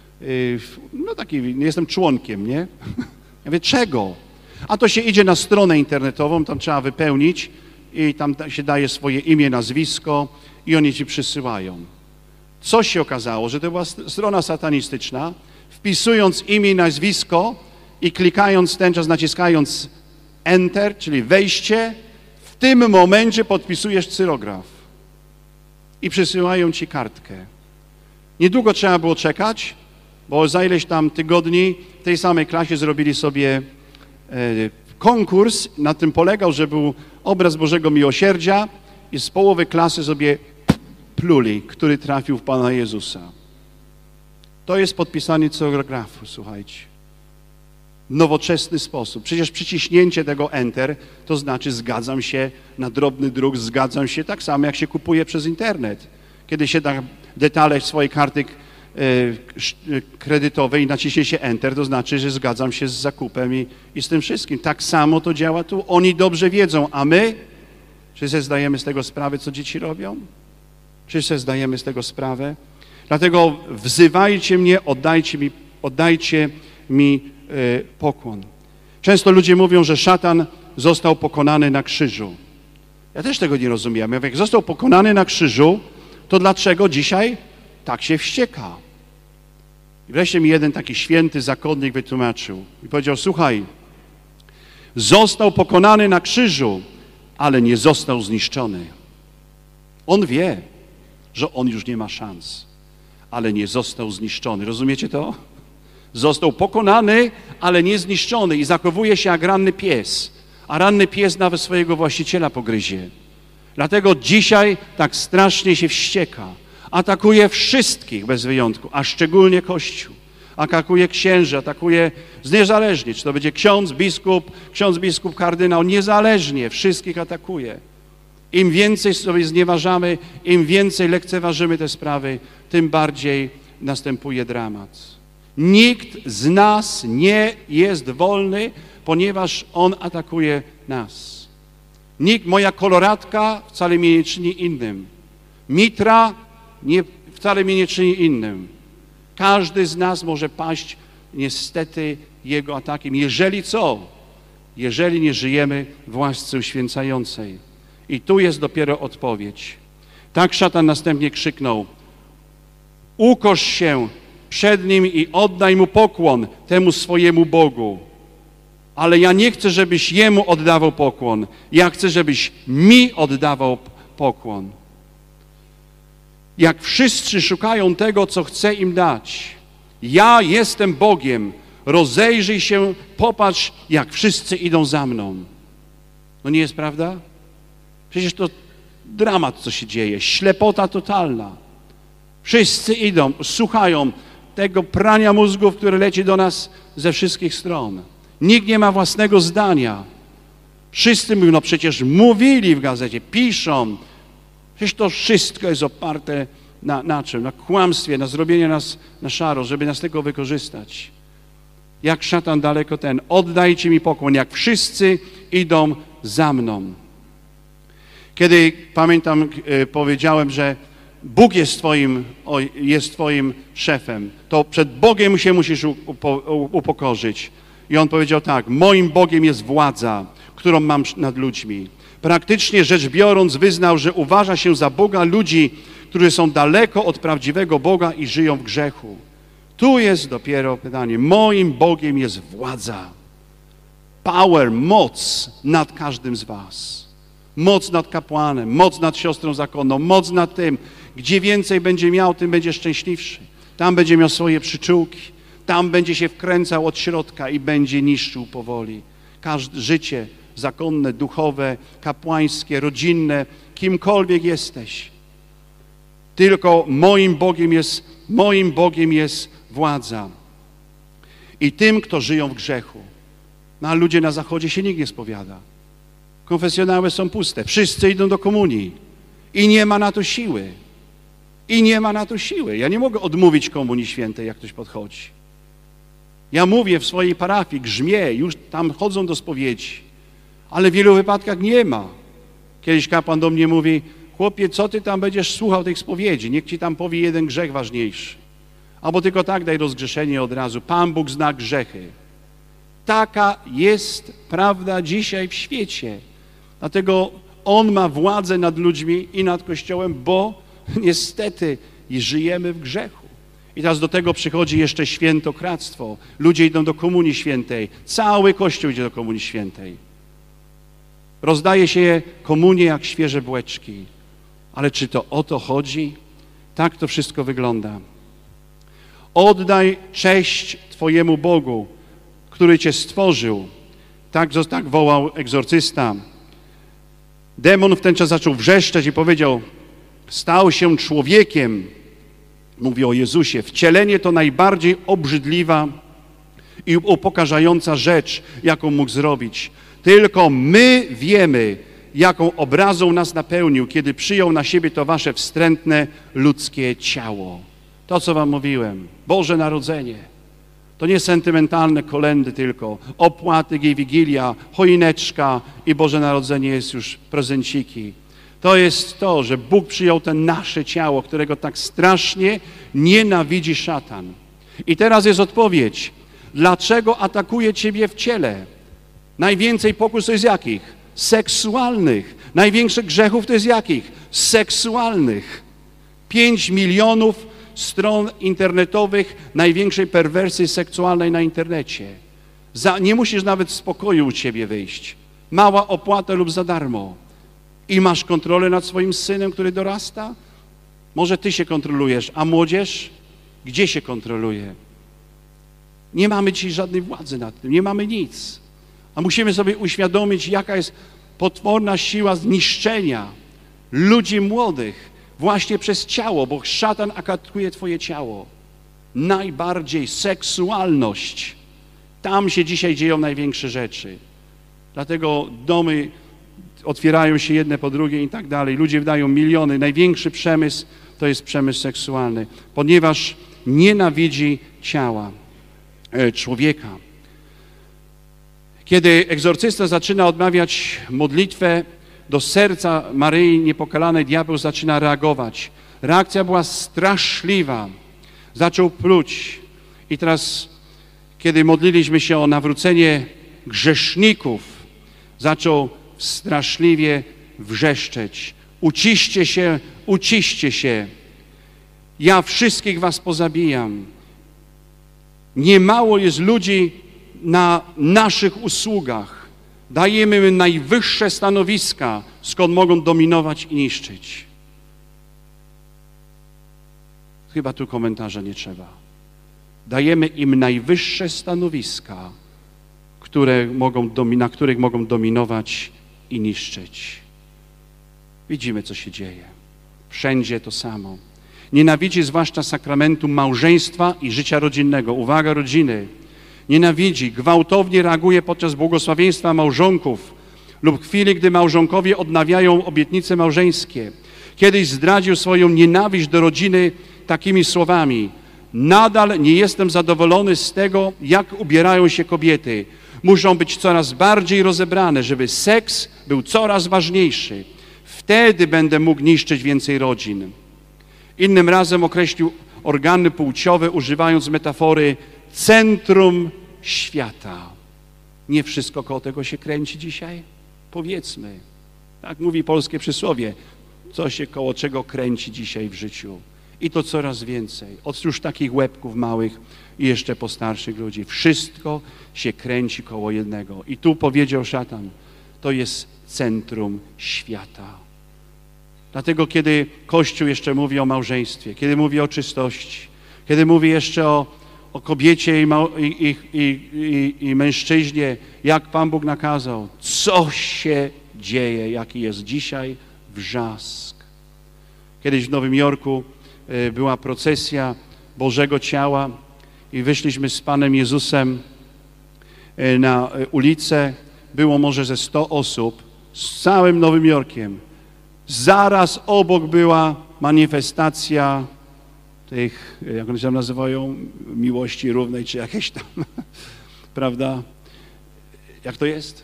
No taki, nie jestem członkiem, nie? Ja mówię, czego? A to się idzie na stronę internetową, tam trzeba wypełnić i tam się daje swoje imię, nazwisko i oni ci przysyłają. Co się okazało, że to była strona satanistyczna, wpisując imię i nazwisko i klikając ten czas, naciskając Enter, czyli wejście, w tym momencie podpisujesz cyrograf i przysyłają ci kartkę. Niedługo trzeba było czekać, bo za ileś tam tygodni w tej samej klasie zrobili sobie e, konkurs. Na tym polegał, że był obraz Bożego Miłosierdzia i z połowy klasy sobie pluli, który trafił w Pana Jezusa. To jest podpisanie cyrografu, słuchajcie. W nowoczesny sposób. Przecież przyciśnięcie tego Enter to znaczy zgadzam się na drobny druk, zgadzam się tak samo, jak się kupuje przez internet. Kiedy się da detale swojej karty kredytowej i naciśnie się Enter, to znaczy, że zgadzam się z zakupem i, i z tym wszystkim. Tak samo to działa tu. Oni dobrze wiedzą, a my? Czy sobie zdajemy z tego sprawę, co dzieci robią? Czy sobie zdajemy z tego sprawę? Dlatego wzywajcie mnie, oddajcie mi, oddajcie mi y, pokłon. Często ludzie mówią, że szatan został pokonany na krzyżu. Ja też tego nie rozumiem. Jak został pokonany na krzyżu, to dlaczego dzisiaj tak się wścieka? I wreszcie mi jeden taki święty zakonnik wytłumaczył i powiedział, słuchaj, został pokonany na krzyżu, ale nie został zniszczony. On wie, że on już nie ma szans, ale nie został zniszczony. Rozumiecie to? Został pokonany, ale nie zniszczony i zachowuje się jak ranny pies, a ranny pies nawet swojego właściciela pogryzie. Dlatego dzisiaj tak strasznie się wścieka. Atakuje wszystkich bez wyjątku, a szczególnie Kościół. Atakuje księży, atakuje niezależnie, czy to będzie ksiądz, biskup, ksiądz, biskup, kardynał, niezależnie wszystkich atakuje. Im więcej sobie znieważamy, im więcej lekceważymy te sprawy, tym bardziej następuje dramat. Nikt z nas nie jest wolny, ponieważ on atakuje nas. Nikt, moja koloratka wcale mnie nie czyni innym. Mitra nie, wcale mnie nie czyni innym. Każdy z nas może paść niestety jego atakiem. Jeżeli co? Jeżeli nie żyjemy w łasce uświęcającej. I tu jest dopiero odpowiedź. Tak szatan następnie krzyknął: ukosz się przed nim i oddaj mu pokłon, temu swojemu Bogu. Ale ja nie chcę, żebyś jemu oddawał pokłon. Ja chcę, żebyś mi oddawał pokłon. Jak wszyscy szukają tego, co chcę im dać. Ja jestem Bogiem. Rozejrzyj się, popatrz, jak wszyscy idą za mną. No nie jest prawda? Przecież to dramat, co się dzieje. Ślepota totalna. Wszyscy idą, słuchają tego prania mózgów, które leci do nas ze wszystkich stron. Nikt nie ma własnego zdania. Wszyscy mówią, no przecież mówili w gazecie, piszą. Przecież to wszystko jest oparte na, na czym? Na kłamstwie, na zrobienie nas na szaro, żeby nas tego wykorzystać. Jak szatan daleko ten, oddajcie mi pokłon, jak wszyscy idą za mną. Kiedy, pamiętam, powiedziałem, że Bóg jest twoim, jest twoim szefem, to przed Bogiem się musisz upokorzyć. I on powiedział tak: moim Bogiem jest władza, którą mam nad ludźmi. Praktycznie rzecz biorąc wyznał, że uważa się za Boga ludzi, którzy są daleko od prawdziwego Boga i żyją w grzechu. Tu jest dopiero pytanie. Moim Bogiem jest władza. Power, moc nad każdym z was. Moc nad kapłanem, moc nad siostrą zakonną, moc nad tym. Gdzie więcej będzie miał, tym będzie szczęśliwszy. Tam będzie miał swoje przyczółki. Tam będzie się wkręcał od środka i będzie niszczył powoli. Każde życie zakonne, duchowe, kapłańskie, rodzinne, kimkolwiek jesteś. Tylko moim Bogiem jest, moim Bogiem jest władza. I tym, kto żyją w grzechu. No a ludzie na zachodzie się nikt nie spowiada. Konfesjonały są puste. Wszyscy idą do komunii. I nie ma na to siły. I nie ma na to siły. Ja nie mogę odmówić komunii świętej, jak ktoś podchodzi. Ja mówię w swojej parafii, grzmię, już tam chodzą do spowiedzi. Ale w wielu wypadkach nie ma. Kiedyś kapłan do mnie mówi: chłopie, co ty tam będziesz słuchał tych spowiedzi? Niech ci tam powie jeden grzech ważniejszy. Albo tylko tak daj rozgrzeszenie od razu. Pan Bóg zna grzechy. Taka jest prawda dzisiaj w świecie. Dlatego On ma władzę nad ludźmi i nad Kościołem, bo niestety żyjemy w grzechu. I teraz do tego przychodzi jeszcze świętokradztwo. Ludzie idą do Komunii Świętej. Cały Kościół idzie do Komunii Świętej. Rozdaje się komunię jak świeże bułeczki. Ale czy to o to chodzi? Tak to wszystko wygląda. Oddaj cześć Twojemu Bogu, który Cię stworzył. Tak, tak wołał egzorcysta. Demon w ten czas zaczął wrzeszczeć i powiedział: stał się człowiekiem. Mówi o Jezusie. Wcielenie to najbardziej obrzydliwa i upokarzająca rzecz, jaką mógł zrobić. Tylko my wiemy, jaką obrazą nas napełnił, kiedy przyjął na siebie to wasze wstrętne ludzkie ciało. To, co wam mówiłem. Boże Narodzenie. To nie sentymentalne kolędy tylko. Opłaty i Wigilia, choineczka i Boże Narodzenie jest już prezenciki. To jest to, że Bóg przyjął to nasze ciało, którego tak strasznie nienawidzi szatan. I teraz jest odpowiedź. Dlaczego atakuje ciebie w ciele? Najwięcej pokus to jest jakich? Seksualnych. Największych grzechów to jest jakich? Seksualnych. Pięć milionów stron internetowych największej perwersji seksualnej na internecie. Za, nie musisz nawet z pokoju u ciebie wyjść. Mała opłata lub za darmo. I masz kontrolę nad swoim synem, który dorasta? Może ty się kontrolujesz, a młodzież? Gdzie się kontroluje? Nie mamy dzisiaj żadnej władzy nad tym, nie mamy nic. A musimy sobie uświadomić, jaka jest potworna siła zniszczenia ludzi młodych właśnie przez ciało, bo szatan atakuje twoje ciało. Najbardziej seksualność. Tam się dzisiaj dzieją największe rzeczy. Dlatego domy otwierają się jedne po drugie i tak dalej. Ludzie wydają miliony. Największy przemysł to jest przemysł seksualny, ponieważ nienawidzi ciała człowieka. Kiedy egzorcysta zaczyna odmawiać modlitwę do serca Maryi Niepokalanej, diabeł zaczyna reagować. Reakcja była straszliwa. Zaczął pluć. I teraz, kiedy modliliśmy się o nawrócenie grzeszników, zaczął straszliwie wrzeszczeć. Uciście się, uciście się. Ja wszystkich was pozabijam. Niemało jest ludzi na naszych usługach. Dajemy im najwyższe stanowiska, skąd mogą dominować i niszczyć. Chyba tu komentarza nie trzeba. Dajemy im najwyższe stanowiska, które mogą, na których mogą dominować i niszczyć. Widzimy, co się dzieje. Wszędzie to samo. Nienawidzi zwłaszcza sakramentu małżeństwa i życia rodzinnego. Uwaga, rodziny. Nienawidzi, gwałtownie reaguje podczas błogosławieństwa małżonków lub chwili, gdy małżonkowie odnawiają obietnice małżeńskie. Kiedyś zdradził swoją nienawiść do rodziny takimi słowami. Nadal nie jestem zadowolony z tego, jak ubierają się kobiety. Muszą być coraz bardziej rozebrane, żeby seks był coraz ważniejszy. Wtedy będę mógł niszczyć więcej rodzin. Innym razem określił organy płciowe, używając metafory centrum świata. Nie wszystko koło tego się kręci dzisiaj? Powiedzmy. Tak mówi polskie przysłowie. Co się koło czego kręci dzisiaj w życiu? I to coraz więcej. Od już takich łebków małych i jeszcze po starszych ludzi. Wszystko się kręci koło jednego. I tu powiedział szatan, to jest centrum świata. Dlatego kiedy Kościół jeszcze mówi o małżeństwie, kiedy mówi o czystości, kiedy mówi jeszcze o, o kobiecie i, mał, i, i, i, i mężczyźnie, jak Pan Bóg nakazał, co się dzieje, jaki jest dzisiaj wrzask. Kiedyś w Nowym Jorku była procesja Bożego Ciała i wyszliśmy z Panem Jezusem na ulicę. Było może ze sto osób z całym Nowym Jorkiem. Zaraz obok była manifestacja tych, jak one się nazywają, miłości równej, czy jakieś tam, prawda? Jak to jest?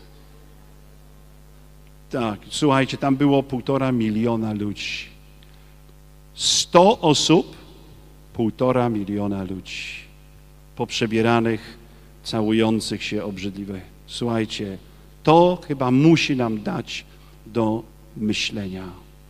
Tak, słuchajcie, tam było półtora miliona ludzi. Sto osób, półtora miliona ludzi. Poprzebieranych, całujących się obrzydliwie. Słuchajcie, to chyba musi nam dać do myślenia.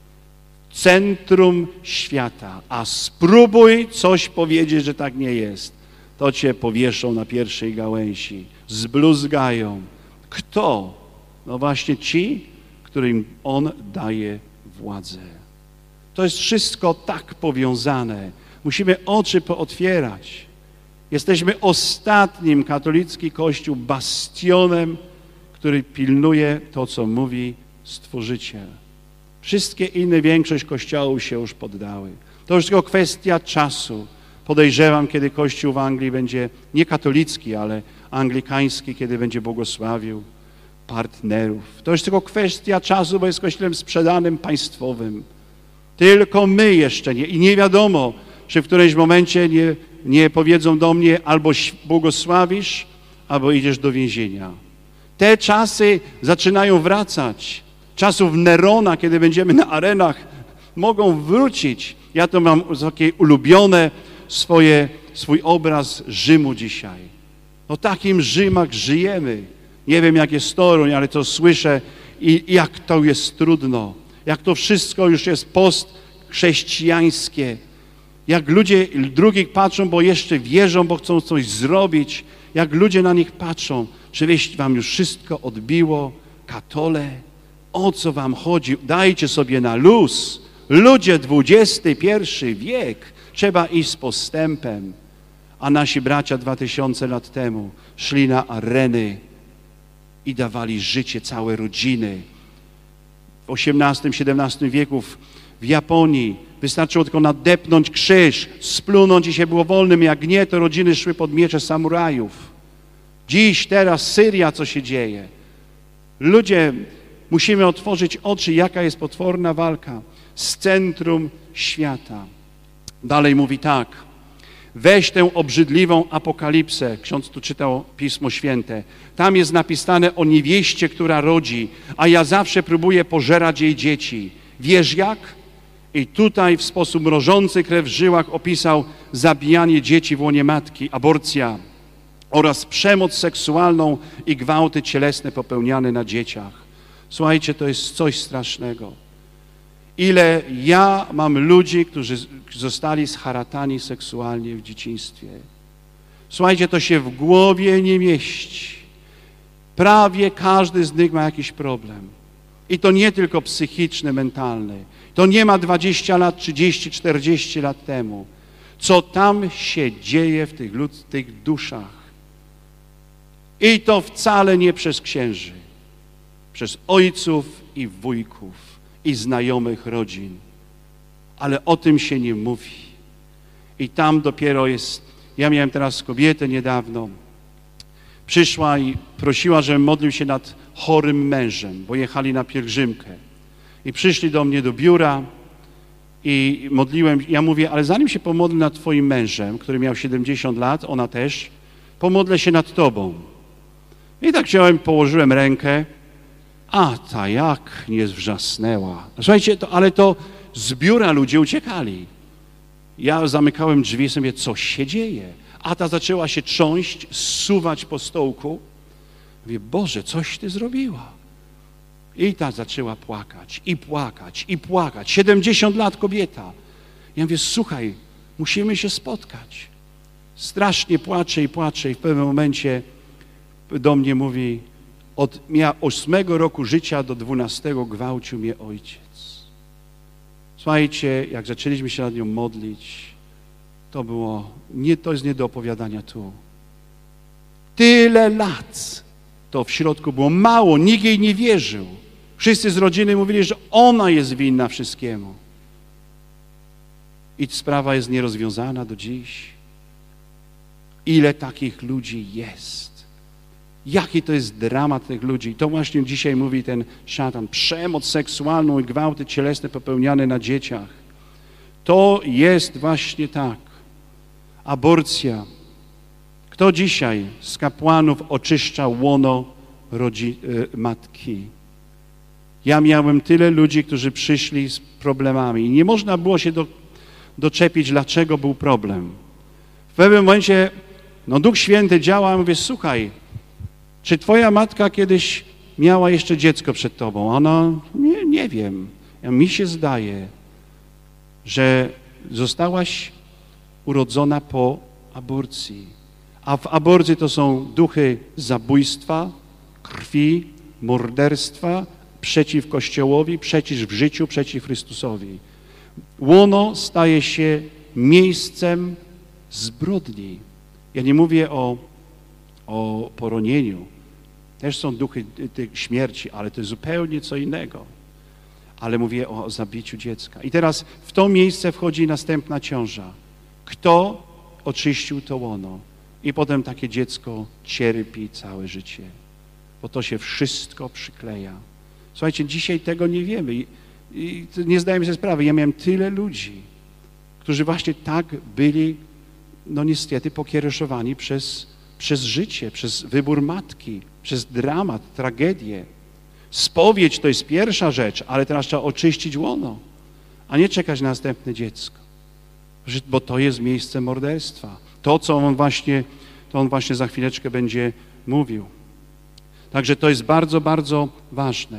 Centrum świata. A spróbuj coś powiedzieć, że tak nie jest. To cię powieszą na pierwszej gałęzi. Zbluzgają. Kto? No właśnie ci, którym On daje władzę. To jest wszystko tak powiązane. Musimy oczy pootwierać. Jesteśmy ostatnim katolicki Kościół bastionem, który pilnuje to, co mówi Stworzyciel. Wszystkie inne, większość kościołów się już poddały. To już tylko kwestia czasu. Podejrzewam, kiedy Kościół w Anglii będzie nie katolicki, ale anglikański, kiedy będzie błogosławił partnerów. To już tylko kwestia czasu, bo jest kościołem sprzedanym, państwowym. Tylko my jeszcze nie. I nie wiadomo, czy w którymś momencie nie, nie powiedzą do mnie albo błogosławisz, albo idziesz do więzienia. Te czasy zaczynają wracać. Czasów Nerona, kiedy będziemy na arenach, mogą wrócić. Ja to mam takie ulubione swoje, swój obraz Rzymu dzisiaj. No takim Rzymach żyjemy. Nie wiem, jak jest Toruń, ale to słyszę i jak to jest trudno. Jak to wszystko już jest postchrześcijańskie. Jak ludzie drugich patrzą, bo jeszcze wierzą, bo chcą coś zrobić. Jak ludzie na nich patrzą. Czy wieś wam już wszystko odbiło? Katole? O co wam chodzi? Dajcie sobie na luz. Ludzie, dwudziesty pierwszy wiek. Trzeba iść z postępem. A nasi bracia dwa tysiące lat temu szli na areny i dawali życie, całe rodziny. W osiemnastym, siedemnastym wieku w Japonii wystarczyło tylko nadepnąć krzyż, splunąć i się było wolnym. Jak nie, to rodziny szły pod miecze samurajów. Dziś, teraz Syria, co się dzieje? Ludzie, musimy otworzyć oczy, jaka jest potworna walka z centrum świata. Dalej mówi tak. Weź tę obrzydliwą apokalipsę. Ksiądz tu czytał Pismo Święte. Tam jest napisane o niewieście, która rodzi, a ja zawsze próbuję pożerać jej dzieci. Wiesz jak? I tutaj w sposób mrożący krew w żyłach opisał zabijanie dzieci w łonie matki, aborcja. oraz przemoc seksualną i gwałty cielesne popełniane na dzieciach. Słuchajcie, to jest coś strasznego. Ile ja mam ludzi, którzy zostali scharatani seksualnie w dzieciństwie. Słuchajcie, to się w głowie nie mieści. Prawie każdy z nich ma jakiś problem. I to nie tylko psychiczny, mentalny. To nie ma dwadzieścia lat, trzydzieści, czterdzieści lat temu. Co tam się dzieje w tych, lud- w tych duszach. I to wcale nie przez księży. Przez ojców i wujków i znajomych rodzin. Ale o tym się nie mówi. I tam dopiero jest... Ja miałem teraz kobietę niedawno. Przyszła i prosiła, żebym modlił się nad chorym mężem, bo jechali na pielgrzymkę. I przyszli do mnie do biura i modliłem. Ja mówię, ale zanim się pomodlę nad twoim mężem, który miał siedemdziesiąt lat, ona też, pomodlę się nad tobą. I tak wziąłem, położyłem rękę, a ta jak nie wrzasnęła. Słuchajcie, to, ale to z biura ludzie uciekali. Ja zamykałem drzwi i sobie, co się dzieje? A ta zaczęła się trząść, zsuwać po stołku. Mówię, Boże, coś ty zrobiła. I ta zaczęła płakać, i płakać, i płakać. siedemdziesiąt lat kobieta. Ja mówię, słuchaj, musimy się spotkać. Strasznie płacze i płacze i w pewnym momencie do mnie mówi, od ósmego roku życia do dwunastego gwałcił mnie ojciec. Słuchajcie, jak zaczęliśmy się nad nią modlić, to było, nie, to jest nie do opowiadania tu. Tyle lat to w środku było mało, nikt jej nie wierzył. Wszyscy z rodziny mówili, że ona jest winna wszystkiemu. I sprawa jest nierozwiązana do dziś. Ile takich ludzi jest? Jaki to jest dramat tych ludzi? To właśnie dzisiaj mówi ten szatan. Przemoc seksualną i gwałty cielesne popełniane na dzieciach. To jest właśnie tak. Aborcja. Kto dzisiaj z kapłanów oczyszcza łono rodzi, y, matki? Ja miałem tyle ludzi, którzy przyszli z problemami i nie można było się do, doczepić, dlaczego był problem. W pewnym momencie no, Duch Święty działa, ja mówię, słuchaj, czy twoja matka kiedyś miała jeszcze dziecko przed tobą? Ona, nie, nie wiem. Ja, mi się zdaje, że zostałaś urodzona po aborcji. A w aborcji to są duchy zabójstwa, krwi, morderstwa, przeciw Kościołowi, przeciw życiu, przeciw Chrystusowi. Łono staje się miejscem zbrodni. Ja nie mówię o, o poronieniu. Też są duchy tych śmierci, ale to jest zupełnie co innego. Ale mówię o zabiciu dziecka. I teraz w to miejsce wchodzi następna ciąża. Kto oczyścił to łono? I potem takie dziecko cierpi całe życie. Bo to się wszystko przykleja. Słuchajcie, dzisiaj tego nie wiemy. I, i nie zdajemy sobie sprawy. Ja miałem tyle ludzi, którzy właśnie tak byli, no niestety, pokiereszowani przez, przez życie, przez wybór matki, przez dramat, tragedię. Spowiedź to jest pierwsza rzecz, ale teraz trzeba oczyścić łono, a nie czekać na następne dziecko. Bo to jest miejsce morderstwa. To, co on właśnie, to on właśnie za chwileczkę będzie mówił. Także to jest bardzo, bardzo ważne.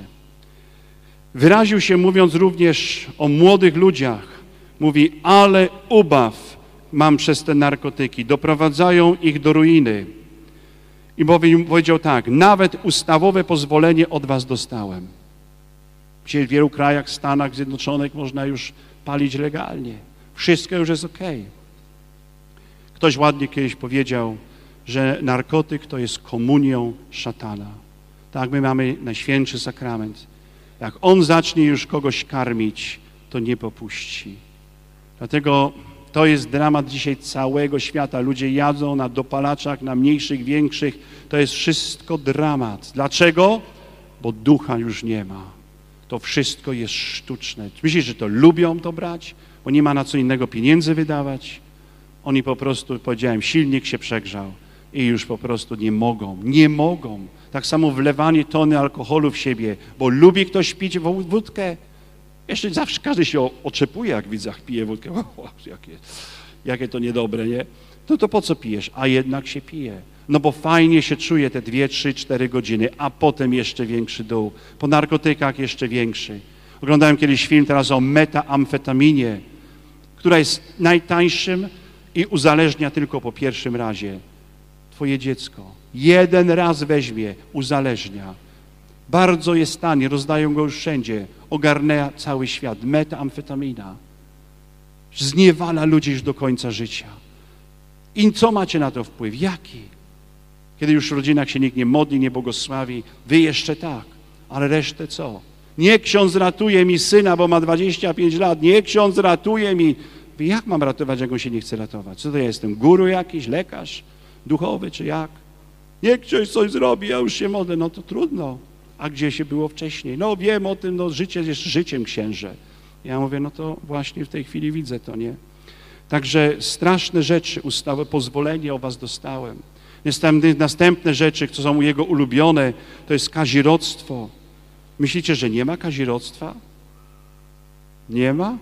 Wyraził się, mówiąc również o młodych ludziach. Mówi, ale ubaw mam przez te narkotyki. Doprowadzają ich do ruiny. I powiedział tak, nawet ustawowe pozwolenie od was dostałem. Dzisiaj w wielu krajach, Stanach Zjednoczonych można już palić legalnie. Wszystko już jest okej. Okay. Ktoś ładnie kiedyś powiedział, że narkotyk to jest komunią szatana. Tak, my mamy Najświętszy Sakrament. Jak on zacznie już kogoś karmić, to nie popuści. Dlatego to jest dramat dzisiaj całego świata. Ludzie jadzą na dopalaczach, na mniejszych, większych. To jest wszystko dramat. Dlaczego? Bo ducha już nie ma. To wszystko jest sztuczne. Myślisz, że to lubią to brać? Bo nie ma na co innego pieniędzy wydawać. Oni po prostu, powiedziałem, silnik się przegrzał i już po prostu nie mogą. Nie mogą. Tak samo wlewanie tony alkoholu w siebie, bo lubi ktoś pić wódkę. Jeszcze zawsze każdy się oczepuje, jak widz, jak pije wódkę. O, jakie, jakie to niedobre, nie? No to po co pijesz? A jednak się pije. No bo fajnie się czuje te dwie, trzy, cztery godziny, a potem jeszcze większy dół. Po narkotykach jeszcze większy. Oglądałem kiedyś film teraz o metaamfetaminie, która jest najtańszym i uzależnia tylko po pierwszym razie. Twoje dziecko jeden raz weźmie, uzależnia. Bardzo jest tanie, rozdają go już wszędzie. Ogarnęła cały świat. Metaamfetamina. Zniewala ludzi już do końca życia. I co macie na to wpływ? Jaki? Kiedy już w rodzinach się nikt nie modli, nie błogosławi, wy jeszcze tak, ale resztę co? Nie ksiądz ratuje mi syna, bo ma dwadzieścia pięć lat, nie ksiądz ratuje mi. Jak mam ratować, jak on się nie chce ratować? Co to ja jestem? Guru jakiś, lekarz, duchowy czy jak? Niech ktoś coś zrobi, ja już się modlę. No to trudno. A gdzie się było wcześniej? No wiem o tym, no życie jest życiem, księże. Ja mówię, no to właśnie w tej chwili widzę to, nie? Także straszne rzeczy, ustawę, pozwolenie o was dostałem. Następne rzeczy, co są jego ulubione, to jest kazirodztwo. Myślicie, że nie ma kazirodztwa? Nie ma?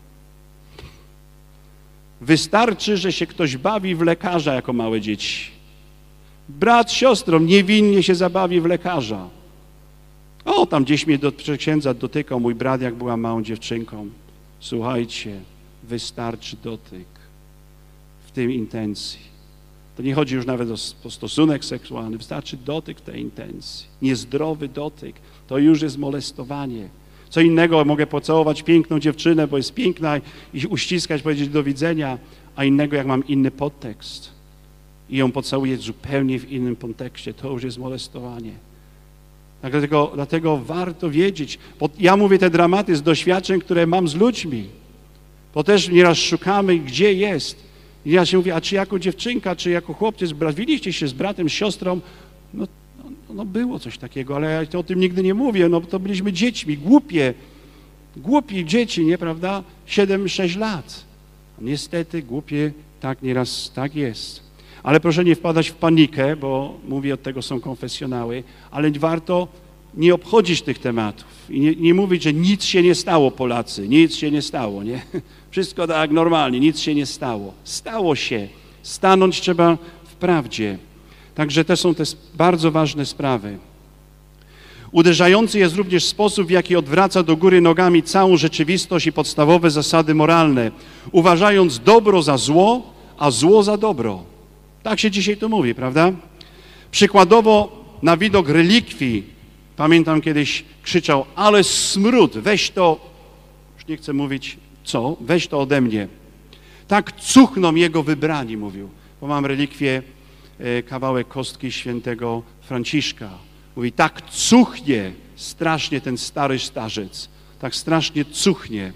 Wystarczy, że się ktoś bawi w lekarza jako małe dzieci. Brat z siostrą niewinnie się zabawi w lekarza. O, tam gdzieś mnie do księdza dotykał mój brat, jak była małą dziewczynką. Słuchajcie, wystarczy dotyk w tym intencji. To nie chodzi już nawet o stosunek seksualny, wystarczy dotyk w tej intencji. Niezdrowy dotyk, to już jest molestowanie. Co innego, mogę pocałować piękną dziewczynę, bo jest piękna i uściskać, powiedzieć do widzenia, a innego, jak mam inny podtekst i ją pocałuję zupełnie w innym kontekście, to już jest molestowanie. Tak dlatego, dlatego warto wiedzieć, bo ja mówię te dramaty z doświadczeń, które mam z ludźmi, bo też nieraz szukamy, gdzie jest. I ja się mówię, a czy jako dziewczynka, czy jako chłopiec, bawiliście się z bratem, z siostrą? No, no, no było coś takiego, ale ja o tym nigdy nie mówię, no to byliśmy dziećmi, głupie, głupi dzieci, nie, prawda? siedem sześć lat. Niestety głupie, tak nieraz tak jest. Ale proszę nie wpadać w panikę, bo mówię, od tego są konfesjonały, ale warto nie obchodzić tych tematów i nie, nie mówić, że nic się nie stało, Polacy, nic się nie stało, nie? Wszystko tak normalnie, nic się nie stało. Stało się. Stanąć trzeba w prawdzie. Także te są te bardzo ważne sprawy. Uderzający jest również sposób, w jaki odwraca do góry nogami całą rzeczywistość i podstawowe zasady moralne, uważając dobro za zło, a zło za dobro. Tak się dzisiaj to mówi, prawda? Przykładowo na widok relikwii, pamiętam kiedyś krzyczał, ale smród, weź to, już nie chcę mówić co, weź to ode mnie. Tak cuchną jego wybrani, mówił, bo mam relikwię, kawałek kostki świętego Franciszka. Mówi, tak cuchnie strasznie ten stary starzec, tak strasznie cuchnie.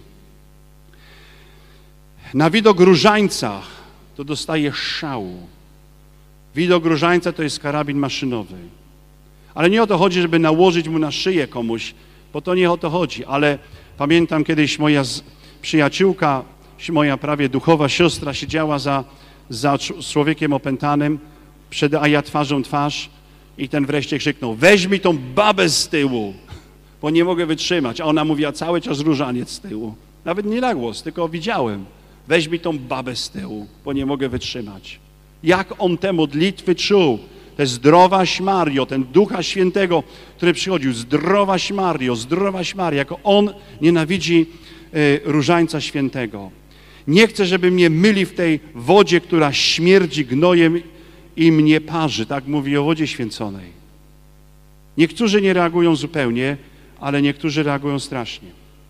Na widok różańca to dostaje szału. Widok różańca to jest karabin maszynowy. Ale nie o to chodzi, żeby nałożyć mu na szyję komuś, bo to nie o to chodzi. Ale pamiętam kiedyś moja przyjaciółka, moja prawie duchowa siostra siedziała za, za człowiekiem opętanym, przed, a ja twarzą twarz i ten wreszcie krzyknął, weź mi tą babę z tyłu, bo nie mogę wytrzymać. A ona mówiła cały czas różaniec z tyłu. Nawet nie na głos, tylko widziałem. Weź mi tą babę z tyłu, bo nie mogę wytrzymać. Jak on te modlitwy czuł, te zdrowaś Mario, ten Ducha Świętego, który przychodził, zdrowaś Mario, zdrowaś Mario, jako on nienawidzi y, różańca świętego. Nie chcę, żeby mnie myli w tej wodzie, która śmierdzi gnojem i mnie parzy, tak mówi o wodzie święconej. Niektórzy nie reagują zupełnie, ale niektórzy reagują strasznie.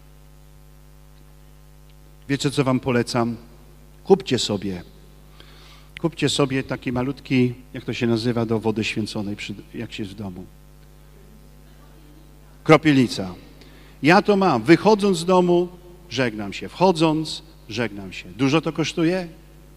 Wiecie, co wam polecam? Kupcie sobie. Kupcie sobie taki malutki, jak to się nazywa, do wody święconej, przy, jak się jest w domu. Kropielnica. Ja to mam. Wychodząc z domu, żegnam się. Wchodząc, żegnam się. Dużo to kosztuje?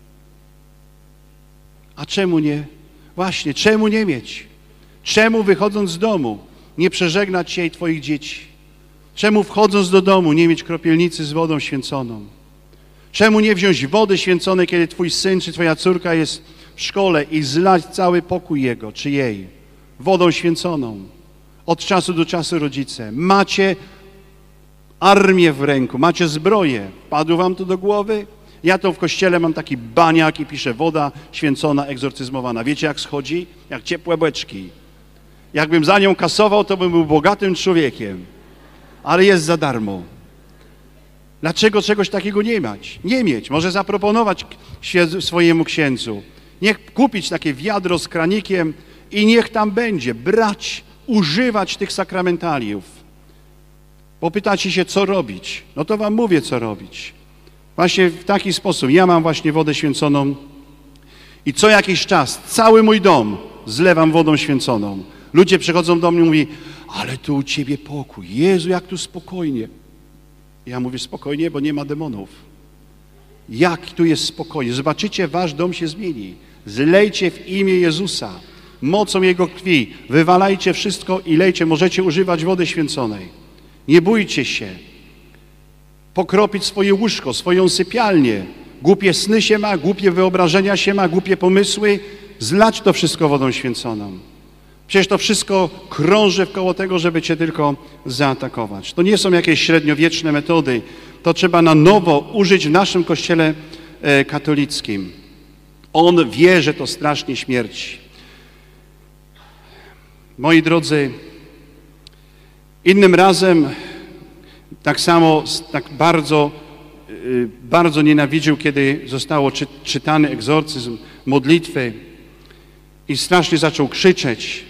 A czemu nie? Właśnie, czemu nie mieć? Czemu wychodząc z domu nie przeżegnać się i twoich dzieci? Czemu wchodząc do domu nie mieć kropielnicy z wodą święconą? Czemu nie wziąć wody święconej, kiedy twój syn czy twoja córka jest w szkole i zlać cały pokój jego czy jej wodą święconą? Od czasu do czasu, rodzice, macie armię w ręku, macie zbroję. Padło wam to do głowy? Ja to w kościele mam taki baniak i piszę woda święcona, egzorcyzmowana. Wiecie jak schodzi? Jak ciepłe beczki. Jakbym za nią kasował, to bym był bogatym człowiekiem. Ale jest za darmo. Dlaczego czegoś takiego nie mieć? Nie mieć. Może zaproponować swojemu księdzu. Niech kupić takie wiadro z kranikiem i niech tam będzie. Brać, używać tych sakramentaliów. Popytacie się, co robić. No to wam mówię, co robić. Właśnie w taki sposób. Ja mam właśnie wodę święconą i co jakiś czas cały mój dom zlewam wodą święconą. Ludzie przychodzą do mnie i mówią, ale tu u ciebie pokój. Jezu, jak tu spokojnie. Ja mówię, spokojnie, bo nie ma demonów. Jak tu jest spokojnie. Zobaczycie, wasz dom się zmieni. Zlejcie w imię Jezusa, mocą Jego krwi. Wywalajcie wszystko i lejcie. Możecie używać wody święconej. Nie bójcie się. Pokropić swoje łóżko, swoją sypialnię. Głupie sny się ma, głupie wyobrażenia się ma, głupie pomysły. Zlać to wszystko wodą święconą. Przecież to wszystko krąży wkoło tego, żeby cię tylko zaatakować. To nie są jakieś średniowieczne metody. To trzeba na nowo użyć w naszym kościele e, katolickim. On wie, że to strasznie śmierci. Moi drodzy, innym razem tak samo, tak bardzo, y, bardzo nienawidził, kiedy zostało czy, czytany egzorcyzm, modlitwy i strasznie zaczął krzyczeć.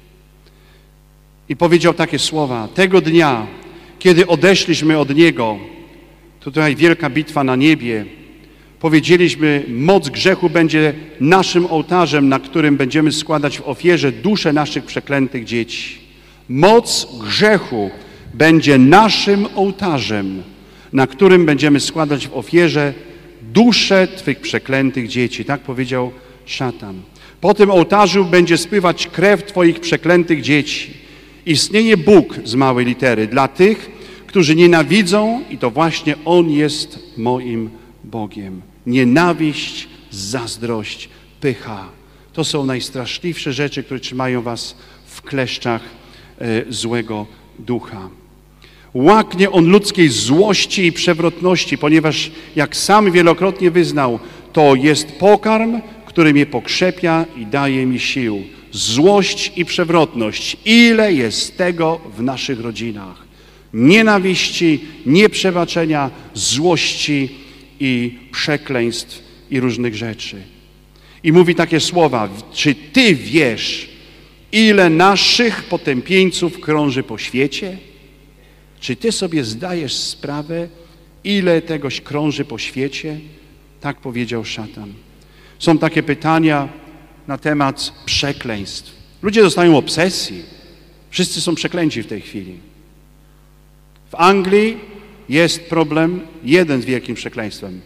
I powiedział takie słowa. Tego dnia, kiedy odeszliśmy od Niego, tutaj wielka bitwa na niebie, powiedzieliśmy, moc grzechu będzie naszym ołtarzem, na którym będziemy składać w ofierze dusze naszych przeklętych dzieci. Moc grzechu będzie naszym ołtarzem, na którym będziemy składać w ofierze dusze Twych przeklętych dzieci. Tak powiedział szatan. Po tym ołtarzu będzie spływać krew Twoich przeklętych dzieci. Istnieje Bóg z małej litery dla tych, którzy nienawidzą i to właśnie On jest moim Bogiem. Nienawiść, zazdrość, pycha. To są najstraszliwsze rzeczy, które trzymają was w kleszczach e, złego ducha. Łaknie on ludzkiej złości i przewrotności, ponieważ jak sam wielokrotnie wyznał, to jest pokarm, który mnie pokrzepia i daje mi sił. Złość i przewrotność. Ile jest tego w naszych rodzinach? Nienawiści, nieprzebaczenia, złości i przekleństw i różnych rzeczy. I mówi takie słowa, czy ty wiesz, ile naszych potępieńców krąży po świecie? Czy ty sobie zdajesz sprawę, ile tegoś krąży po świecie? Tak powiedział szatan. Są takie pytania na temat przekleństw. Ludzie dostają obsesji. Wszyscy są przeklęci w tej chwili. W Anglii jest problem, jeden z wielkim przekleństwem.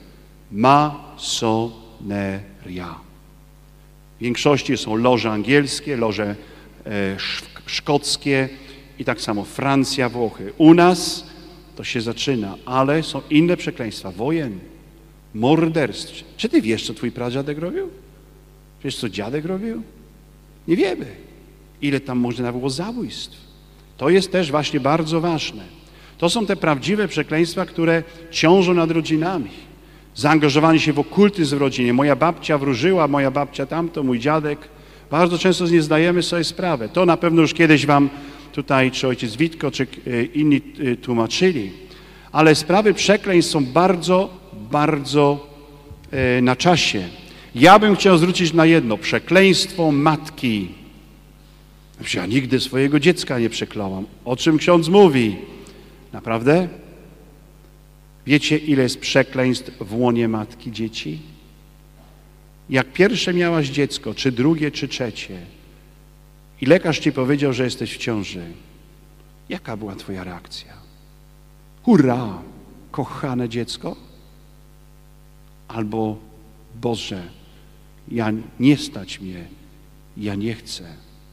Masoneria. W większości są loże angielskie, loże e, szkockie i tak samo Francja, Włochy. U nas to się zaczyna, ale są inne przekleństwa. Wojen, morderstw. Czy ty wiesz, co twój pradziadek robił? Wiesz, co dziadek robił? Nie wiemy. Ile tam można było zabójstw. To jest też właśnie bardzo ważne. To są te prawdziwe przekleństwa, które ciążą nad rodzinami. Zaangażowanie się w okultyzm w rodzinie. Moja babcia wróżyła, moja babcia tamto, mój dziadek. Bardzo często nie zdajemy sobie sprawy. To na pewno już kiedyś wam tutaj, czy ojciec Witko, czy inni tłumaczyli. Ale sprawy przekleństw są bardzo, bardzo na czasie. Ja bym chciał zwrócić na jedno. Przekleństwo matki. Ja nigdy swojego dziecka nie przekląłam. O czym ksiądz mówi? Naprawdę? Wiecie, ile jest przekleństw w łonie matki dzieci? Jak pierwsze miałaś dziecko, czy drugie, czy trzecie, i lekarz ci powiedział, że jesteś w ciąży, jaka była twoja reakcja? Hurra, kochane dziecko? Albo Boże, ja nie stać mnie, ja nie chcę.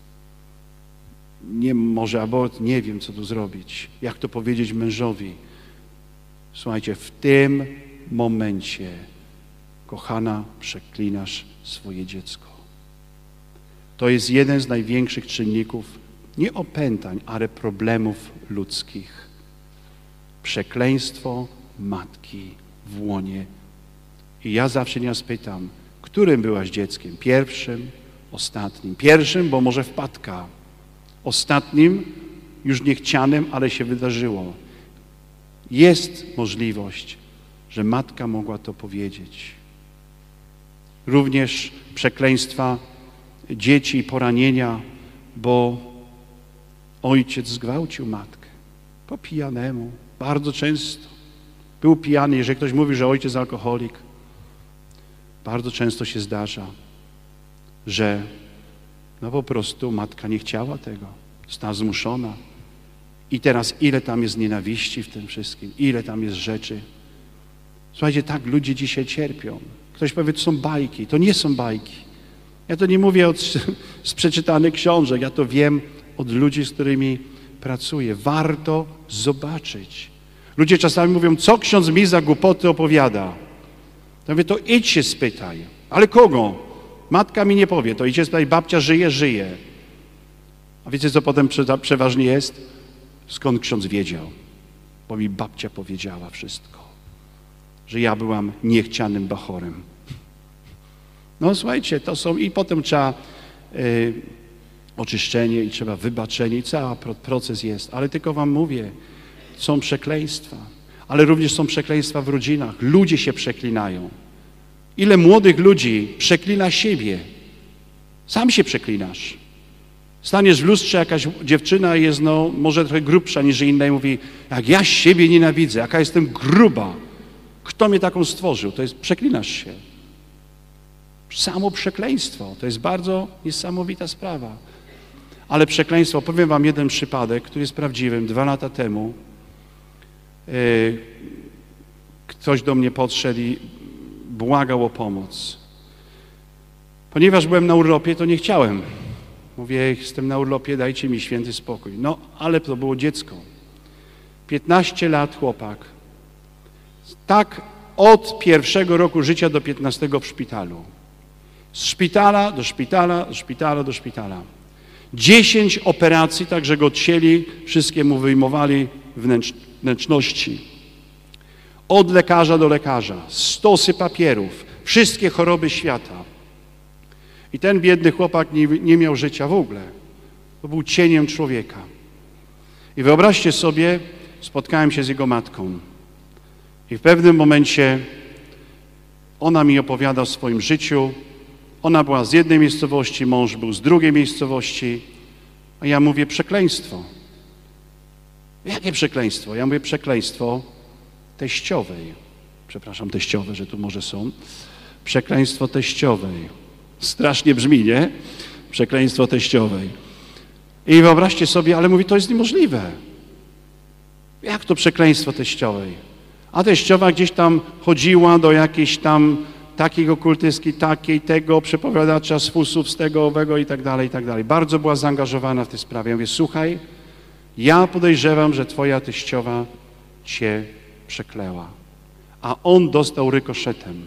Nie, może abort, nie wiem, co tu zrobić. Jak to powiedzieć mężowi? Słuchajcie, w tym momencie, kochana, przeklinasz swoje dziecko. To jest jeden z największych czynników, nie opętań, ale problemów ludzkich. Przekleństwo matki w łonie I ja zawsze nieraz pytam, którym byłaś dzieckiem? Pierwszym, ostatnim. Pierwszym, bo może wpadka. Ostatnim, już niechcianym, ale się wydarzyło. Jest możliwość, że matka mogła to powiedzieć. Również przekleństwa dzieci i poranienia, bo ojciec zgwałcił matkę po pijanemu. Bardzo często. Był pijany, jeżeli ktoś mówi, że ojciec alkoholik, bardzo często się zdarza, że no po prostu matka nie chciała tego. Została zmuszona. I teraz ile tam jest nienawiści w tym wszystkim, ile tam jest rzeczy. Słuchajcie, tak ludzie dzisiaj cierpią. Ktoś powie, to są bajki. To nie są bajki. Ja to nie mówię od, z przeczytanych książek, ja to wiem od ludzi, z którymi pracuję. Warto zobaczyć. Ludzie czasami mówią, co ksiądz mi za głupoty opowiada. To mówię, to idź się spytaj. Ale kogo? Matka mi nie powie. To idź się spytaj, babcia żyje, żyje. A wiecie, co potem przeważnie jest? Skąd ksiądz wiedział? Bo mi babcia powiedziała wszystko. Że ja byłam niechcianym bachorem. No słuchajcie, to są i potem trzeba y, oczyszczenie i trzeba wybaczenie i cały proces jest. Ale tylko wam mówię, są przekleństwa. Ale również są przekleństwa w rodzinach. Ludzie się przeklinają. Ile młodych ludzi przeklina siebie? Sam się przeklinasz. Staniesz w lustrze, jakaś dziewczyna jest no, może trochę grubsza niż inna i mówi, jak ja siebie nienawidzę, jaka jestem gruba. Kto mnie taką stworzył? To jest, przeklinasz się. Samo przekleństwo. To jest bardzo niesamowita sprawa. Ale przekleństwo, powiem wam jeden przypadek, który jest prawdziwym. Dwa lata temu yy, ktoś do mnie podszedł i błagał o pomoc. Ponieważ byłem na urlopie, to nie chciałem. Mówię, jestem na urlopie, dajcie mi święty spokój. No, ale to było dziecko. piętnaście lat chłopak. Tak od pierwszego roku życia do piętnastego w szpitalu. Z szpitala do szpitala, do szpitala do szpitala. Dziesięć operacji, tak że go odcięli, wszystkie mu wyjmowali wnętrz, wnętrzności. Od lekarza do lekarza. Stosy papierów. Wszystkie choroby świata. I ten biedny chłopak nie, nie miał życia w ogóle. To był cieniem człowieka. I wyobraźcie sobie, spotkałem się z jego matką. I w pewnym momencie ona mi opowiada o swoim życiu. Ona była z jednej miejscowości, mąż był z drugiej miejscowości. A ja mówię, przekleństwo. Jakie przekleństwo? Ja mówię, przekleństwo teściowej. Przepraszam, teściowe, że tu może są. Przekleństwo teściowej. Strasznie brzmi, nie? Przekleństwo teściowej. I wyobraźcie sobie, ale mówi, to jest niemożliwe. Jak to przekleństwo teściowej? A teściowa gdzieś tam chodziła do jakiejś tam takiej okultystki, takiej, tego, przepowiadacza z fusów, z tego, owego i tak dalej, i tak dalej. Bardzo była zaangażowana w tej sprawie. Ja mówię, słuchaj, ja podejrzewam, że twoja teściowa cię przekleła. A on dostał rykoszetem.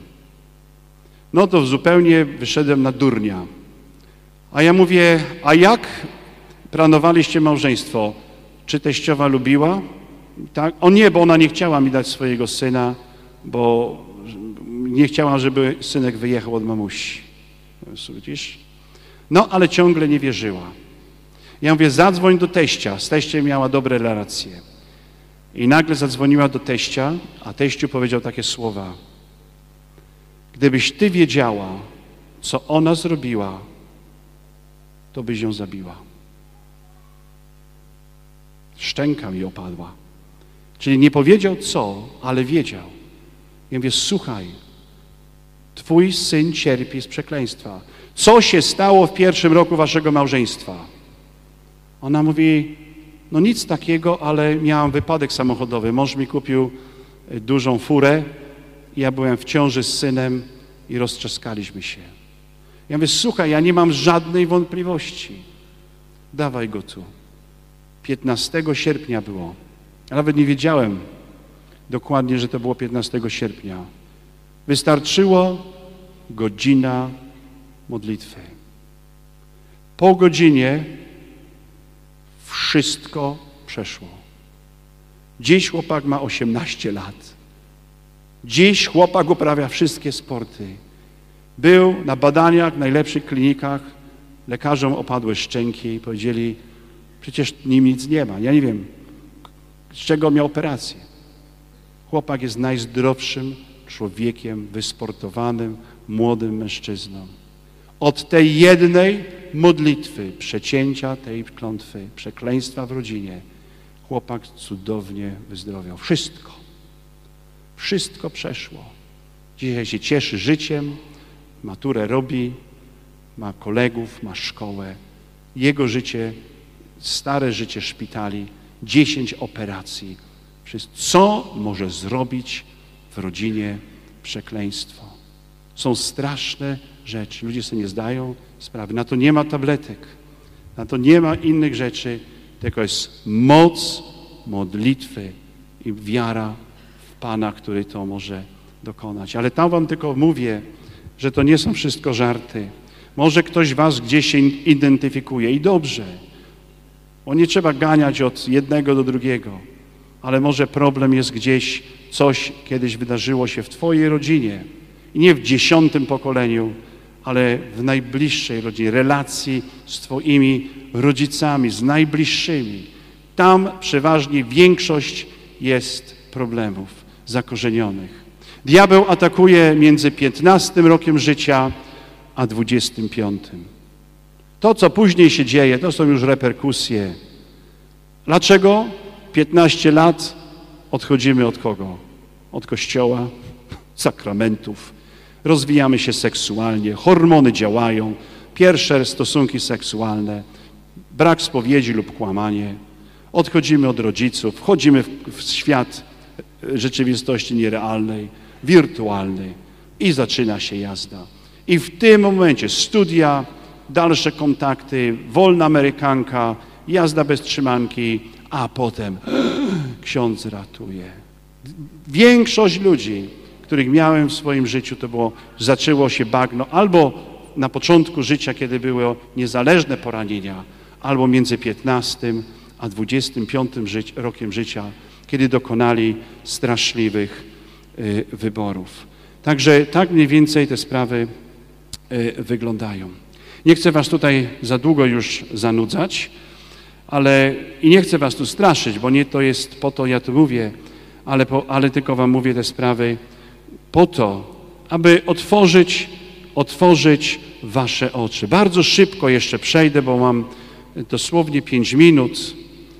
No to zupełnie wyszedłem na durnia. A ja mówię, a jak planowaliście małżeństwo? Czy teściowa lubiła? Tak? O nie, bo ona nie chciała mi dać swojego syna, bo nie chciała, żeby synek wyjechał od mamusi. Widzisz? No, ale ciągle nie wierzyła. Ja mówię, zadzwoń do teścia. Z teściem miała dobre relacje. I nagle zadzwoniła do teścia, a teściu powiedział takie słowa. Gdybyś ty wiedziała, co ona zrobiła, to byś ją zabiła. Szczęka mi opadła. Czyli nie powiedział co, ale wiedział. Ja mówię, słuchaj, twój syn cierpi z przekleństwa. Co się stało w pierwszym roku waszego małżeństwa? Ona mówi, no nic takiego, ale miałam wypadek samochodowy. Mąż mi kupił dużą furę. Ja byłem w ciąży z synem i roztrzaskaliśmy się. Ja mówię, słuchaj, ja nie mam żadnej wątpliwości. Dawaj go tu. piętnastego sierpnia było. Ja nawet nie wiedziałem dokładnie, że to było piętnastego sierpnia. Wystarczyło godzina modlitwy. Po godzinie wszystko przeszło. Dziś chłopak ma osiemnaście lat. Dziś chłopak uprawia wszystkie sporty. Był na badaniach w najlepszych klinikach, lekarzom opadły szczęki i powiedzieli, przecież nim nic nie ma. Ja nie wiem, z czego miał operację. Chłopak jest najzdrowszym człowiekiem, wysportowanym, młodym mężczyzną. Od tej jednej modlitwy, przecięcia tej klątwy, przekleństwa w rodzinie, chłopak cudownie wyzdrowiał. Wszystko, wszystko przeszło. Dzisiaj się cieszy życiem, maturę robi, ma kolegów, ma szkołę. Jego życie, stare życie szpitali, dziesięć operacji. Co może zrobić w rodzinie przekleństwo? Są straszne rzeczy. Ludzie sobie nie zdają sprawy. Na to nie ma tabletek. Na to nie ma innych rzeczy. Tylko jest moc modlitwy i wiara w Pana, który to może dokonać. Ale tam wam tylko mówię, że to nie są wszystko żarty. Może ktoś was gdzieś się identyfikuje i dobrze. Bo nie trzeba ganiać od jednego do drugiego. Ale może problem jest gdzieś, coś kiedyś wydarzyło się w twojej rodzinie. I nie w dziesiątym pokoleniu, ale w najbliższej rodzinie, relacji z twoimi rodzicami, z najbliższymi. Tam przeważnie większość jest problemów zakorzenionych. Diabeł atakuje między piętnastym rokiem życia a dwudziestym piątym. To, co później się dzieje, to są już reperkusje. Dlaczego? piętnaście lat odchodzimy od kogo? Od Kościoła, sakramentów. Rozwijamy się seksualnie, hormony działają, pierwsze stosunki seksualne, brak spowiedzi lub kłamanie. Odchodzimy od rodziców, wchodzimy w, w świat rzeczywistości nierealnej, wirtualnej i zaczyna się jazda. I w tym momencie studia, dalsze kontakty, wolna amerykanka, jazda bez trzymanki, a potem ksiądz ratuje. Większość ludzi, których miałem w swoim życiu, to było, zaczęło się bagno albo na początku życia, kiedy były niezależne poranienia, albo między piętnastym a dwudziestym piątym życi, rokiem życia, kiedy dokonali straszliwych y, wyborów. Także tak mniej więcej te sprawy y, wyglądają. Nie chcę was tutaj za długo już zanudzać, ale i nie chcę was tu straszyć, bo nie to jest po to, ja tu mówię, ale, po, ale tylko wam mówię te sprawy po to, aby otworzyć, otworzyć wasze oczy. Bardzo szybko jeszcze przejdę, bo mam dosłownie pięć minut.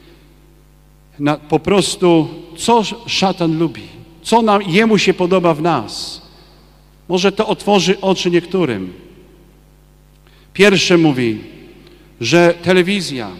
Na, po prostu, co szatan lubi, co nam, jemu się podoba w nas. Może to otworzy oczy niektórym. Pierwsze mówi, że telewizja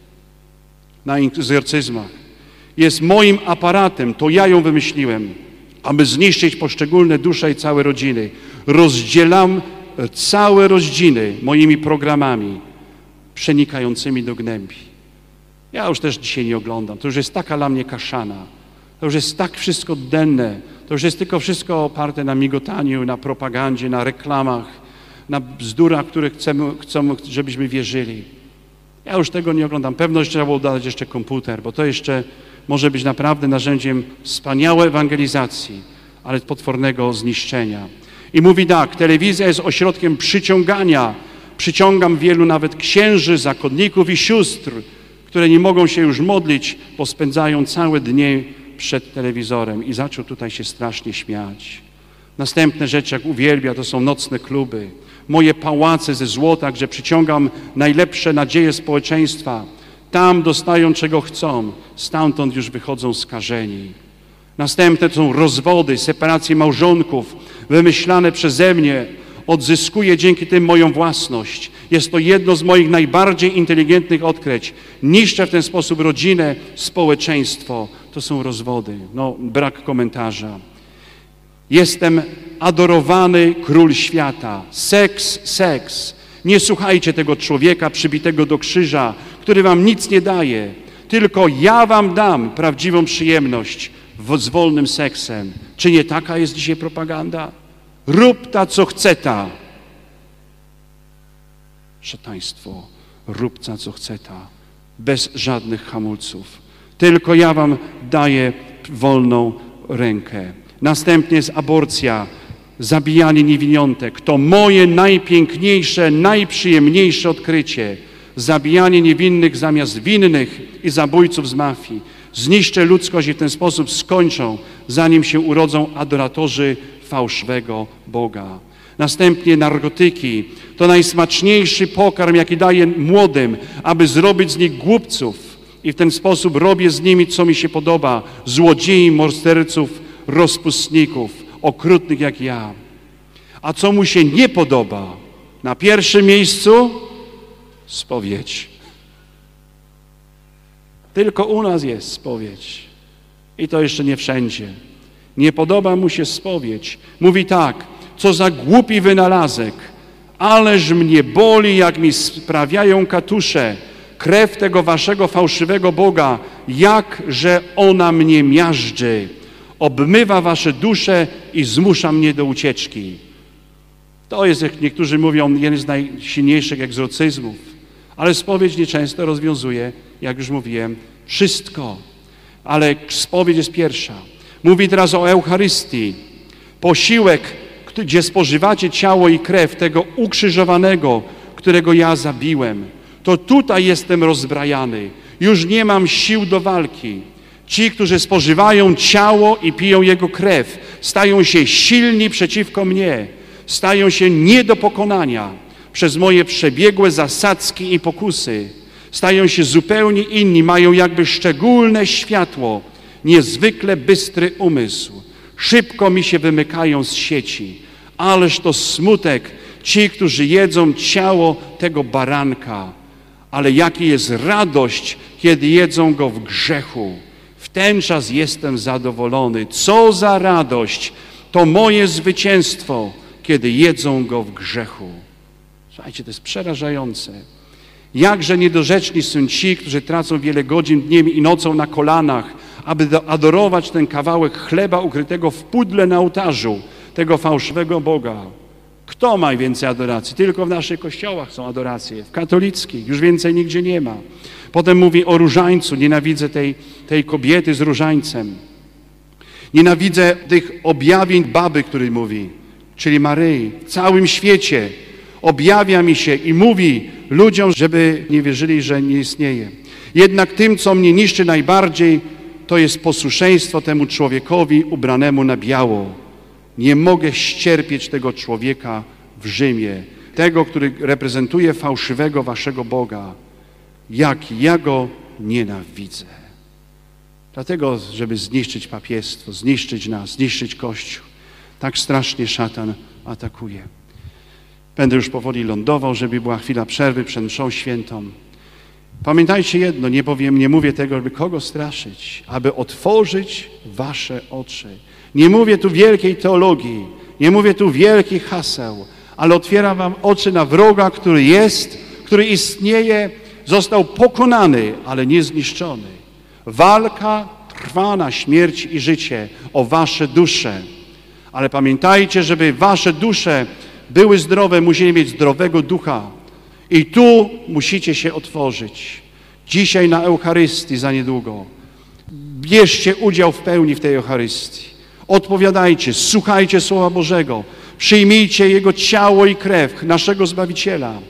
na egzorcyzmach jest moim aparatem, to ja ją wymyśliłem, aby zniszczyć poszczególne dusze i całe rodziny. Rozdzielam całe rodziny moimi programami przenikającymi do gnębi. Ja już też dzisiaj nie oglądam. To już jest taka dla mnie kaszana. To już jest tak wszystko denne. To już jest tylko wszystko oparte na migotaniu, na propagandzie, na reklamach, na bzdurach, których chcemy, chcemy, żebyśmy wierzyli. Ja już tego nie oglądam. Pewno trzeba było dodać jeszcze komputer, bo to jeszcze może być naprawdę narzędziem wspaniałej ewangelizacji, ale potwornego zniszczenia. I mówi tak, telewizja jest ośrodkiem przyciągania. Przyciągam wielu nawet księży, zakonników i sióstr, które nie mogą się już modlić, bo spędzają całe dnie przed telewizorem. I zaczął tutaj się strasznie śmiać. Następne rzeczy, jak uwielbia, to są nocne kluby. Moje pałace ze złota, gdzie przyciągam najlepsze nadzieje społeczeństwa. Tam dostają, czego chcą. Stamtąd już wychodzą skażeni. Następne to są rozwody, separacje małżonków, wymyślane przeze mnie. Odzyskuję dzięki tym moją własność. Jest to jedno z moich najbardziej inteligentnych odkryć. Niszczę w ten sposób rodzinę, społeczeństwo. To są rozwody. No, brak komentarza. Jestem adorowany król świata. Seks, seks. Nie słuchajcie tego człowieka przybitego do krzyża, który wam nic nie daje. Tylko ja wam dam prawdziwą przyjemność z wolnym seksem. Czy nie taka jest dzisiaj propaganda? Rób ta, co chce ta. Szataństwo. Rób ta, co chce ta. Bez żadnych hamulców. Tylko ja wam daję wolną rękę. Następnie jest aborcja, zabijanie niewiniątek. To moje najpiękniejsze, najprzyjemniejsze odkrycie. Zabijanie niewinnych zamiast winnych i zabójców z mafii. Zniszczę ludzkość i w ten sposób skończą, zanim się urodzą adoratorzy fałszywego Boga. Następnie narkotyki. To najsmaczniejszy pokarm, jaki daję młodym, aby zrobić z nich głupców. I w ten sposób robię z nimi, co mi się podoba. Złodziei, morderców, rozpustników, okrutnych jak ja. A co mu się nie podoba? Na pierwszym miejscu spowiedź. Tylko u nas jest spowiedź. I to jeszcze nie wszędzie. Nie podoba mu się spowiedź. Mówi tak, co za głupi wynalazek. Ależ mnie boli, jak mi sprawiają katusze. Krew tego waszego fałszywego Boga, jakże ona mnie miażdży. Obmywa wasze dusze i zmusza mnie do ucieczki. To jest, jak niektórzy mówią, jeden z najsilniejszych egzorcyzmów. Ale spowiedź nieczęsto rozwiązuje, jak już mówiłem, wszystko. Ale spowiedź jest pierwsza. Mówi teraz o Eucharystii. Posiłek, gdzie spożywacie ciało i krew tego ukrzyżowanego, którego ja zabiłem. To tutaj jestem rozbrajany. Już nie mam sił do walki. Ci, którzy spożywają ciało i piją Jego krew, stają się silni przeciwko mnie. Stają się nie do pokonania przez moje przebiegłe zasadzki i pokusy. Stają się zupełnie inni, mają jakby szczególne światło, niezwykle bystry umysł. Szybko mi się wymykają z sieci. Ależ to smutek ci, którzy jedzą ciało tego baranka. Ale jaki jest radość, kiedy jedzą go w grzechu. W ten czas jestem zadowolony. Co za radość! To moje zwycięstwo, kiedy jedzą go w grzechu. Słuchajcie, to jest przerażające. Jakże niedorzeczni są ci, którzy tracą wiele godzin dniem i nocą na kolanach, aby adorować ten kawałek chleba ukrytego w pudle na ołtarzu tego fałszywego Boga. Kto ma więcej adoracji? Tylko w naszych kościołach są adoracje, w katolickich, już więcej nigdzie nie ma. Potem mówi o różańcu, nienawidzę tej, tej kobiety z różańcem. Nienawidzę tych objawień baby, który mówi, czyli Maryi. W całym świecie objawia mi się i mówi ludziom, żeby nie wierzyli, że nie istnieje. Jednak tym, co mnie niszczy najbardziej, to jest posłuszeństwo temu człowiekowi ubranemu na biało. Nie mogę ścierpieć tego człowieka w Rzymie, tego, który reprezentuje fałszywego waszego Boga. Jak ja go nienawidzę. Dlatego, żeby zniszczyć papiestwo, zniszczyć nas, zniszczyć Kościół, tak strasznie szatan atakuje. Będę już powoli lądował, żeby była chwila przerwy przed mszą świętą. Pamiętajcie jedno, nie powiem, nie mówię tego, żeby kogo straszyć, aby otworzyć wasze oczy. Nie mówię tu wielkiej teologii, nie mówię tu wielkich haseł, ale otwieram wam oczy na wroga, który jest, który istnieje, został pokonany, ale nie zniszczony. Walka trwa na śmierć i życie o wasze dusze. Ale pamiętajcie, żeby wasze dusze były zdrowe, musieli mieć zdrowego ducha. I tu musicie się otworzyć. Dzisiaj na Eucharystii za niedługo. Bierzcie udział w pełni w tej Eucharystii. Odpowiadajcie, słuchajcie Słowa Bożego. Przyjmijcie Jego ciało i krew, naszego Zbawiciela.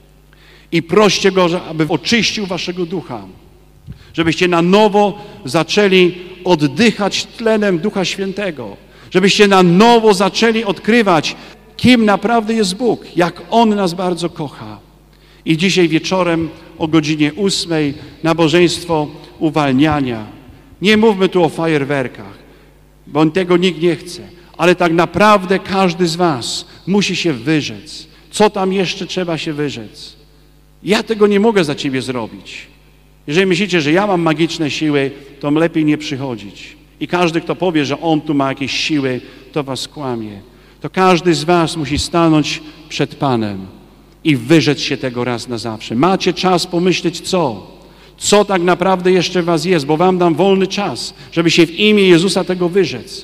I proście Go, aby oczyścił waszego ducha. Żebyście na nowo zaczęli oddychać tlenem Ducha Świętego. Żebyście na nowo zaczęli odkrywać, kim naprawdę jest Bóg, jak On nas bardzo kocha. I dzisiaj wieczorem o godzinie ósmej nabożeństwo uwalniania. Nie mówmy tu o fajerwerkach, bo tego nikt nie chce, ale tak naprawdę każdy z was musi się wyrzec. Co tam jeszcze trzeba się wyrzec? Ja tego nie mogę za ciebie zrobić. Jeżeli myślicie, że ja mam magiczne siły, to lepiej nie przychodzić. I każdy, kto powie, że on tu ma jakieś siły, to was kłamie. To każdy z was musi stanąć przed Panem i wyrzec się tego raz na zawsze. Macie czas pomyśleć co? Co tak naprawdę jeszcze w was jest, bo wam dam wolny czas, żeby się w imię Jezusa tego wyrzec.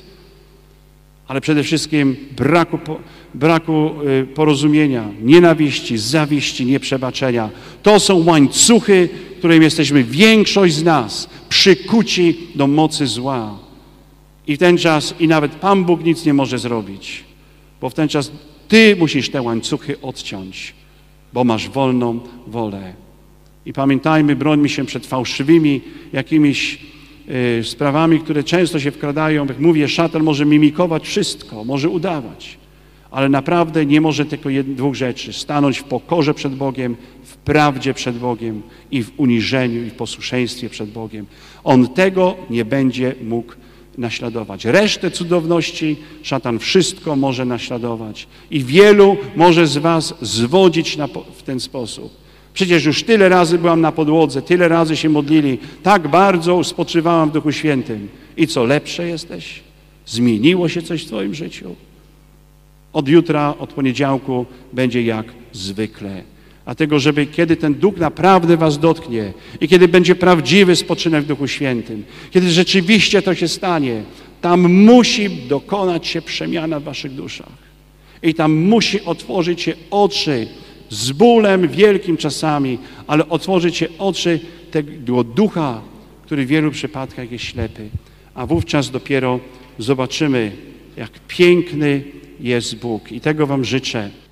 Ale przede wszystkim braku, braku porozumienia, nienawiści, zawiści, nieprzebaczenia. To są łańcuchy, którym jesteśmy większość z nas przykuci do mocy zła. I w ten czas i nawet Pan Bóg nic nie może zrobić, bo w ten czas Ty musisz te łańcuchy odciąć, bo masz wolną wolę. I pamiętajmy, brońmy się przed fałszywymi jakimiś y, sprawami, które często się wkradają. Jak mówię, szatan może mimikować wszystko, może udawać, ale naprawdę nie może tylko jed, dwóch rzeczy. Stanąć w pokorze przed Bogiem, w prawdzie przed Bogiem i w uniżeniu i w posłuszeństwie przed Bogiem. On tego nie będzie mógł naśladować. Resztę cudowności szatan wszystko może naśladować. I wielu może z was zwodzić na, w ten sposób. Przecież już tyle razy byłam na podłodze, tyle razy się modlili, tak bardzo spoczywałam w Duchu Świętym. I co, lepsze jesteś? Zmieniło się coś w twoim życiu? Od jutra, od poniedziałku będzie jak zwykle. Dlatego, żeby kiedy ten Duch naprawdę was dotknie i kiedy będzie prawdziwy spoczynek w Duchu Świętym, kiedy rzeczywiście to się stanie, tam musi dokonać się przemiana w waszych duszach. I tam musi otworzyć się oczy z bólem wielkim czasami, ale otworzyć się oczy tego Ducha, który w wielu przypadkach jest ślepy. A wówczas dopiero zobaczymy, jak piękny jest Bóg. I tego wam życzę.